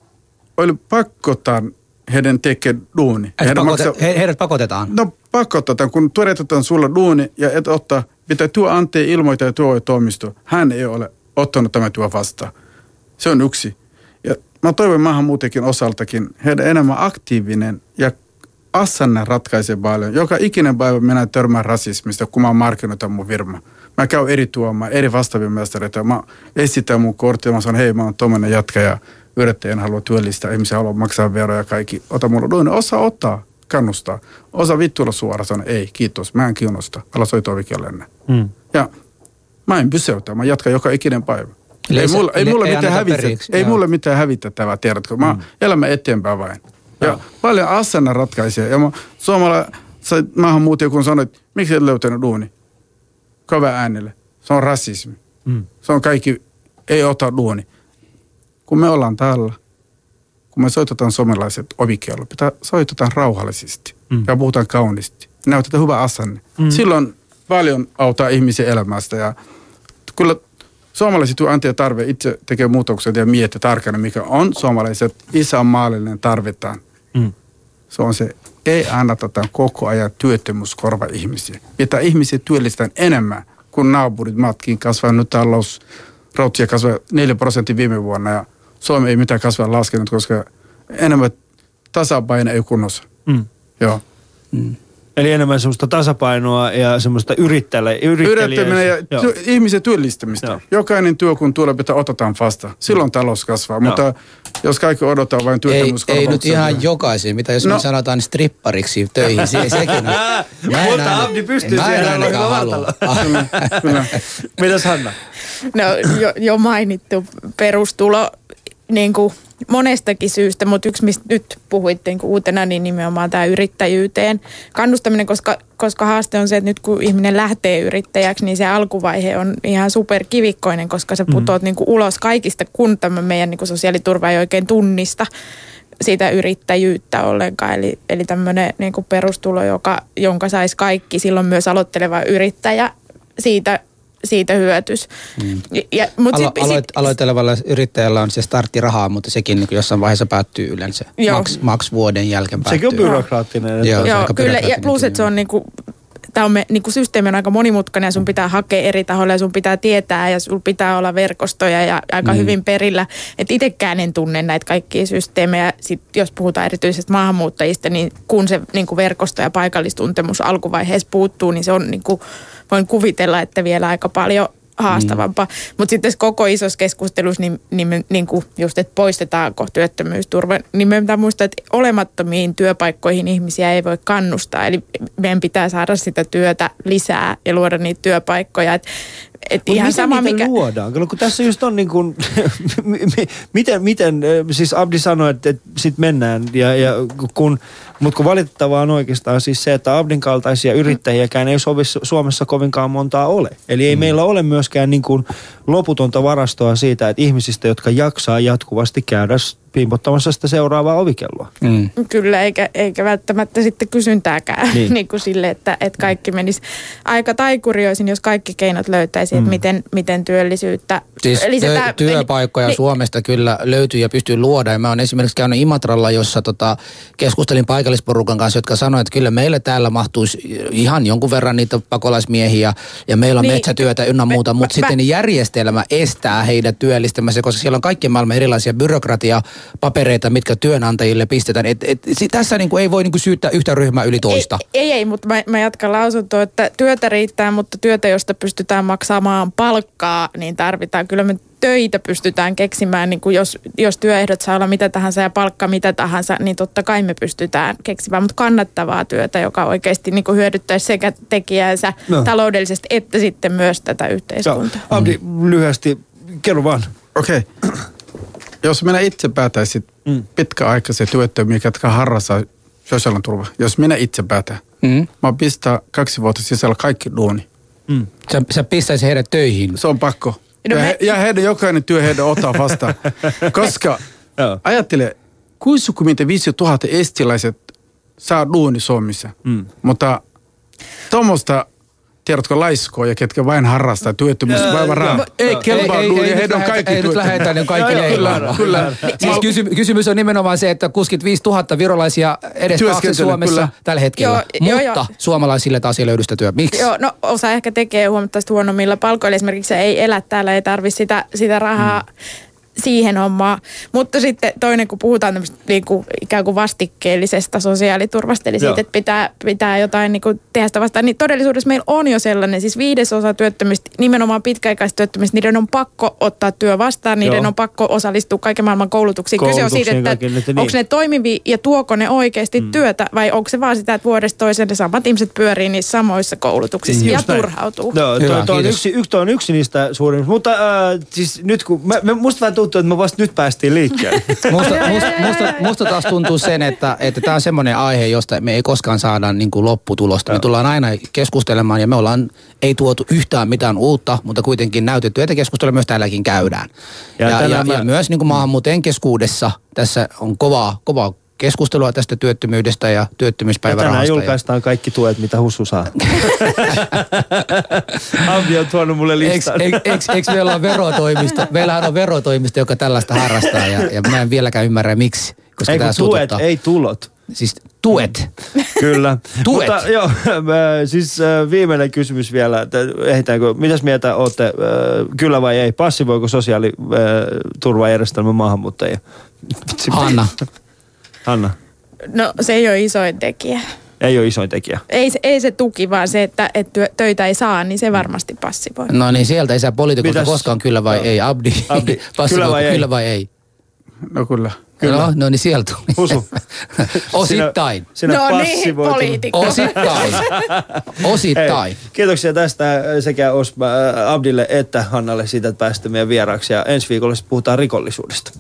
oli pakkotaan heidän tekee duuni. Heidät, pakote, maksaa, he, heidät pakotetaan? No pakotetaan, kun tuotetaan sulla duuni ja et ottaa, pitää työnantaja ilmoittaa työvoimatoimisto. Hän ei ole ottanut tämä työ vastaan. Se on yksi. Ja mä toivon maahanmuutakin osaltakin, heidän enemmän aktiivinen ja asenne ratkaisee paljon. Joka ikinen päivä minä törmään rasismista, kun mä markkinoitan mun firma. Mä käyn eri tuomaan, eri vastaavia mestareita. Mä esitän mun korttia, mä sanon, hei mä oon tommonen jatka ja yrittäjän haluaa työllistää, ihmisiä haluaa maksaa veroja ja kaikki. Ota mulla duuni, osa ottaa, kannustaa. Osa vittuilla suoraan sanoo, ei kiitos, mä en kiinnosta, älä soita ovikielenne. Mm. Ja mä en pysäytä, mä jatkan joka ikinen päivä. Eli ei mulle, ei mulle mitään hävitä, ei mulle mitään hävitettävää, tiedätkö? Mä mm. elämä eteenpäin vain. Ja no. paljon asenne ratkaisee. Ja mä suomalainen maahanmuuttaja, kun sanoit, miksi et löytänyt duuni? Kova äänelle. Se on rasismi. Mm. Se on kaikki, ei ota duuni. Kun me ollaan täällä, kun me soitetaan suomalaiset ovikello, pitää soitetaan rauhallisesti mm. ja puhutaan kauniisti. Näytetään hyvä asenne. Mm. Silloin paljon auttaa ihmisiä elämästä ja kyllä suomalaiset työnantajat tarve itse tekee muutokset ja miettiä tarkemmin, mikä on suomalaiset isänmaallinen tarvitaan. Mm. Se on se, ei annata koko ajan työttömyyskorva ihmisiä. Pitää ihmisiä työllistää enemmän, kun naapurit maatkin kasvaa nyt talous. Ruotsia kasvaa neljä prosenttia viime vuonna ja Suomi ei mitään kasvaa laskenut, koska enemmän tasapaino ei kunnossa. Mm. Joo. Mm. Eli enemmän semmoista tasapainoa ja semmoista yrittäjä. Yrittäminen ja ty- ihmisen työllistämistä. Joo. Jokainen työ, kun tulee, pitää otetaan vasta. Silloin talous kasvaa, Joo. mutta jos kaikki odottaa vain työttömyyskorvauksia. Ei, ei nyt ihan jokaisen. Mitä jos no. me sanotaan strippariksi töihin? Se, sekin on. Mutta Abdi pystyy siihen ainakaan vartalla. Mitäs Hanna? No jo, jo mainittu perustulo niin kuin monestakin syystä, mutta yksi, mistä nyt puhuitte niin kuin uutena, niin nimenomaan tämä yrittäjyyteen kannustaminen, koska, koska haaste on se, että nyt kun ihminen lähtee yrittäjäksi, niin se alkuvaihe on ihan superkivikkoinen, koska sä putoat mm. niin kuin ulos kaikista, kun tämä meidän niin kuin sosiaaliturva ei oikein tunnista sitä yrittäjyyttä ollenkaan. Eli, eli tämmöinen niin kuin perustulo, joka, jonka saisi kaikki, silloin myös aloitteleva yrittäjä siitä siitä hyötys. Mm. Ja, mut Alo, sit, aloit, sit, aloittelevalla yrittäjällä on se starttirahaa, mutta sekin niin jossain vaiheessa päättyy yleensä. Maks, maks vuoden jälkeen päättyy. Sekin on byrokraattinen. Joo, joo kyllä. Ja plus, että se on niinku, tämä on me, niinku systeemi on aika monimutkainen ja sun pitää hakea eri tahoille ja sun pitää tietää ja sun pitää olla verkostoja ja aika mm. hyvin perillä. Että itsekään en tunne näitä kaikkia systeemejä. Sitten jos puhutaan erityisesti maahanmuuttajista, niin kun se niinku verkosto ja paikallistuntemus alkuvaiheessa puuttuu, niin se on niinku, voin kuvitella, että vielä aika paljon haastavampaa. Mm. Mutta sitten tässä koko isossa keskustelussa, niin, niin, niin kuin just, että poistetaanko työttömyysturva, niin meidän pitää muistaa, että olemattomiin työpaikkoihin ihmisiä ei voi kannustaa. Eli meidän pitää saada sitä työtä lisää ja luoda niitä työpaikkoja. Et, et ihan miten sama, niitä mikä luodaan? Kun tässä just on niin kuin, miten, miten, siis Abdi sanoi, että, että sit mennään, ja, ja kun, mutta kun valitettavaa on oikeastaan siis se, että Abdin kaltaisia yrittäjiäkään ei Suomessa kovinkaan montaa ole. Eli ei mm. meillä ole myöskään niin kuin loputonta varastoa siitä, että ihmisistä, jotka jaksaa jatkuvasti käydä pimpottamassa sitä seuraavaa ovikelloa. Mm. Kyllä, eikä, eikä välttämättä sitten kysyntääkään niin. niin kuin sille, että, että kaikki menisi aika taikurioisin, jos kaikki keinot löytäisi, mm. että miten, miten työllisyyttä siis lisätään. Työ, työpaikkoja niin, Suomesta kyllä löytyy ja pystyy luoda. Ja mä oon esimerkiksi käynyt Imatralla, jossa tota, keskustelin paikallisporukan kanssa, jotka sanoivat, että kyllä meillä täällä mahtuisi ihan jonkun verran niitä pakolaismiehiä ja meillä on niin, metsätyötä ynnä muuta, mutta sitten järjestelmä estää heidät työllistämässä, koska siellä on kaikkien maailman erilaisia byrokratia papereita, mitkä työnantajille pistetään. Et, et, tässä niin kuin ei voi niin kuin syyttää yhtä ryhmää yli toista. Ei, ei, ei mutta mä, mä jatkan lausuntoa, että työtä riittää, mutta työtä, josta pystytään maksamaan palkkaa, niin tarvitaan. Kyllä me töitä pystytään keksimään, niin kuin jos, jos työehdot saa olla mitä tahansa ja palkka mitä tahansa, niin totta kai me pystytään keksimään, mutta kannattavaa työtä, joka oikeasti niin kuin hyödyttäisi sekä tekijäänsä no. taloudellisesti että sitten myös tätä yhteiskuntaa. No. Abdi, lyhyesti, kerro vaan. Okei. Okay. Jos minä itse päätäisin mm. pitkäaikaisia työttömiä, jotka harrastaa sosiaaliturvaa, jos minä itse päätän, mm. mä pistän kaksi vuotta sisällä kaikki duuni. Mm. Sä, sä pistäisi heidät töihin. Se on pakko. No ja, me... he, ja heidän jokainen työ heidän ottaa vastaan. Koska ajattele, kuusikymmentäviisituhatta estilaiset saa duuni Suomessa. Mm. Mutta tuommoista, tiedätkö, laiskoja, ketkä vain harrastaa työttömyyspäivärahaa. Ei kelpaa duuni, heidän on kaikki työttömyys. Ei nyt lähdetään, ne on kaikki leimalla. Kyllä. Siis kysymys, kysymys on nimenomaan se, että kuusikymmentäviisituhatta virolaisia edes taakse Suomessa kyllä. tällä hetkellä. Joo, mutta jo, jo. Suomalaisille taas ei löydy sitä työtä. Miksi? Joo, no osa ehkä tekee huomattavasti huonommilla palkoilla. Esimerkiksi se ei elä täällä, ei tarvitse sitä, sitä rahaa. Mm. siihen hommaan. Mutta sitten toinen, kun puhutaan tämmöistä niin kuin ikään kuin vastikkeellisesta sosiaaliturvasta, eli Joo. siitä, että pitää, pitää jotain niin kuin tehdä sitä vastaan, niin todellisuudessa meillä on jo sellainen, siis viidesosa työttömistä, nimenomaan pitkäaikaistyöttömistä, niiden on pakko ottaa työ vastaan, niiden Joo. on pakko osallistua kaiken maailman koulutuksiin. Kyse on siitä, että, että niin. onko ne toimivia ja tuoko ne oikeasti mm. työtä, vai onko se vaan sitä, että vuodesta toiseen ne samat ihmiset pyörii niissä samoissa koulutuksissa mm. ja Just turhautuu. No, Hyvä, toi, toi, on yksi, yksi, toi on yksi niistä suurimmista, mutta äh, siis nyt kun, mä, mä, musta vähän tuntuu, että me vasta nyt päästiin liikkeelle. musta, musta, musta, musta taas tuntuu sen, että että tämä on semmoinen aihe, josta me ei koskaan saada niin kuin lopputulosta. Me tullaan aina keskustelemaan ja me ollaan, ei tuotu yhtään mitään uutta, mutta kuitenkin näytetty, että keskustelua myös täälläkin käydään. Ja, ja, ja, mä... ja myös niin kuin maahanmuuttajien keskuudessa tässä on kovaa, kovaa keskustelua tästä työttömyydestä ja työttömyyspäivärahasta. Ja tänään julkaistaan ja... kaikki tuet, mitä Hussu saa. Abdi on tuonut mulle listan. Eikö eks, eks meillä on verotoimisto? Meillähän on verotoimisto, joka tällaista harrastaa ja, ja mä en vieläkään ymmärrä miksi. Koska ei kun tuet, suututtaa. ei tulot. Siis tuet. Kyllä. Tuet. Mutta joo, siis viimeinen kysymys vielä. Ehditäänkö, mitäs mieltä olette, kyllä vai ei? Passivoiko sosiaaliturvajärjestelmä maahanmuuttajia? Hanna. Hanna. No se ei ole isoin tekijä. Ei ole isoin tekijä. Ei, ei se tuki, vaan se, että, että töitä ei saa, niin se varmasti passivoi. No niin, sieltä ei saa poliitikolta koskaan kyllä vai no. ei. Abdi, Abdi. Kyllä, vai kyllä vai ei? No kyllä. Kyllä. No, no niin sieltä tuli. Husu. Osittain. Sinä, sinä no niin, poliitikko. Osittain. Osittain. Hei, kiitoksia tästä sekä Osma, Abdille että Hannalle siitä, että pääsitte meidän vieraaksi. Ja ensi viikolla puhutaan rikollisuudesta.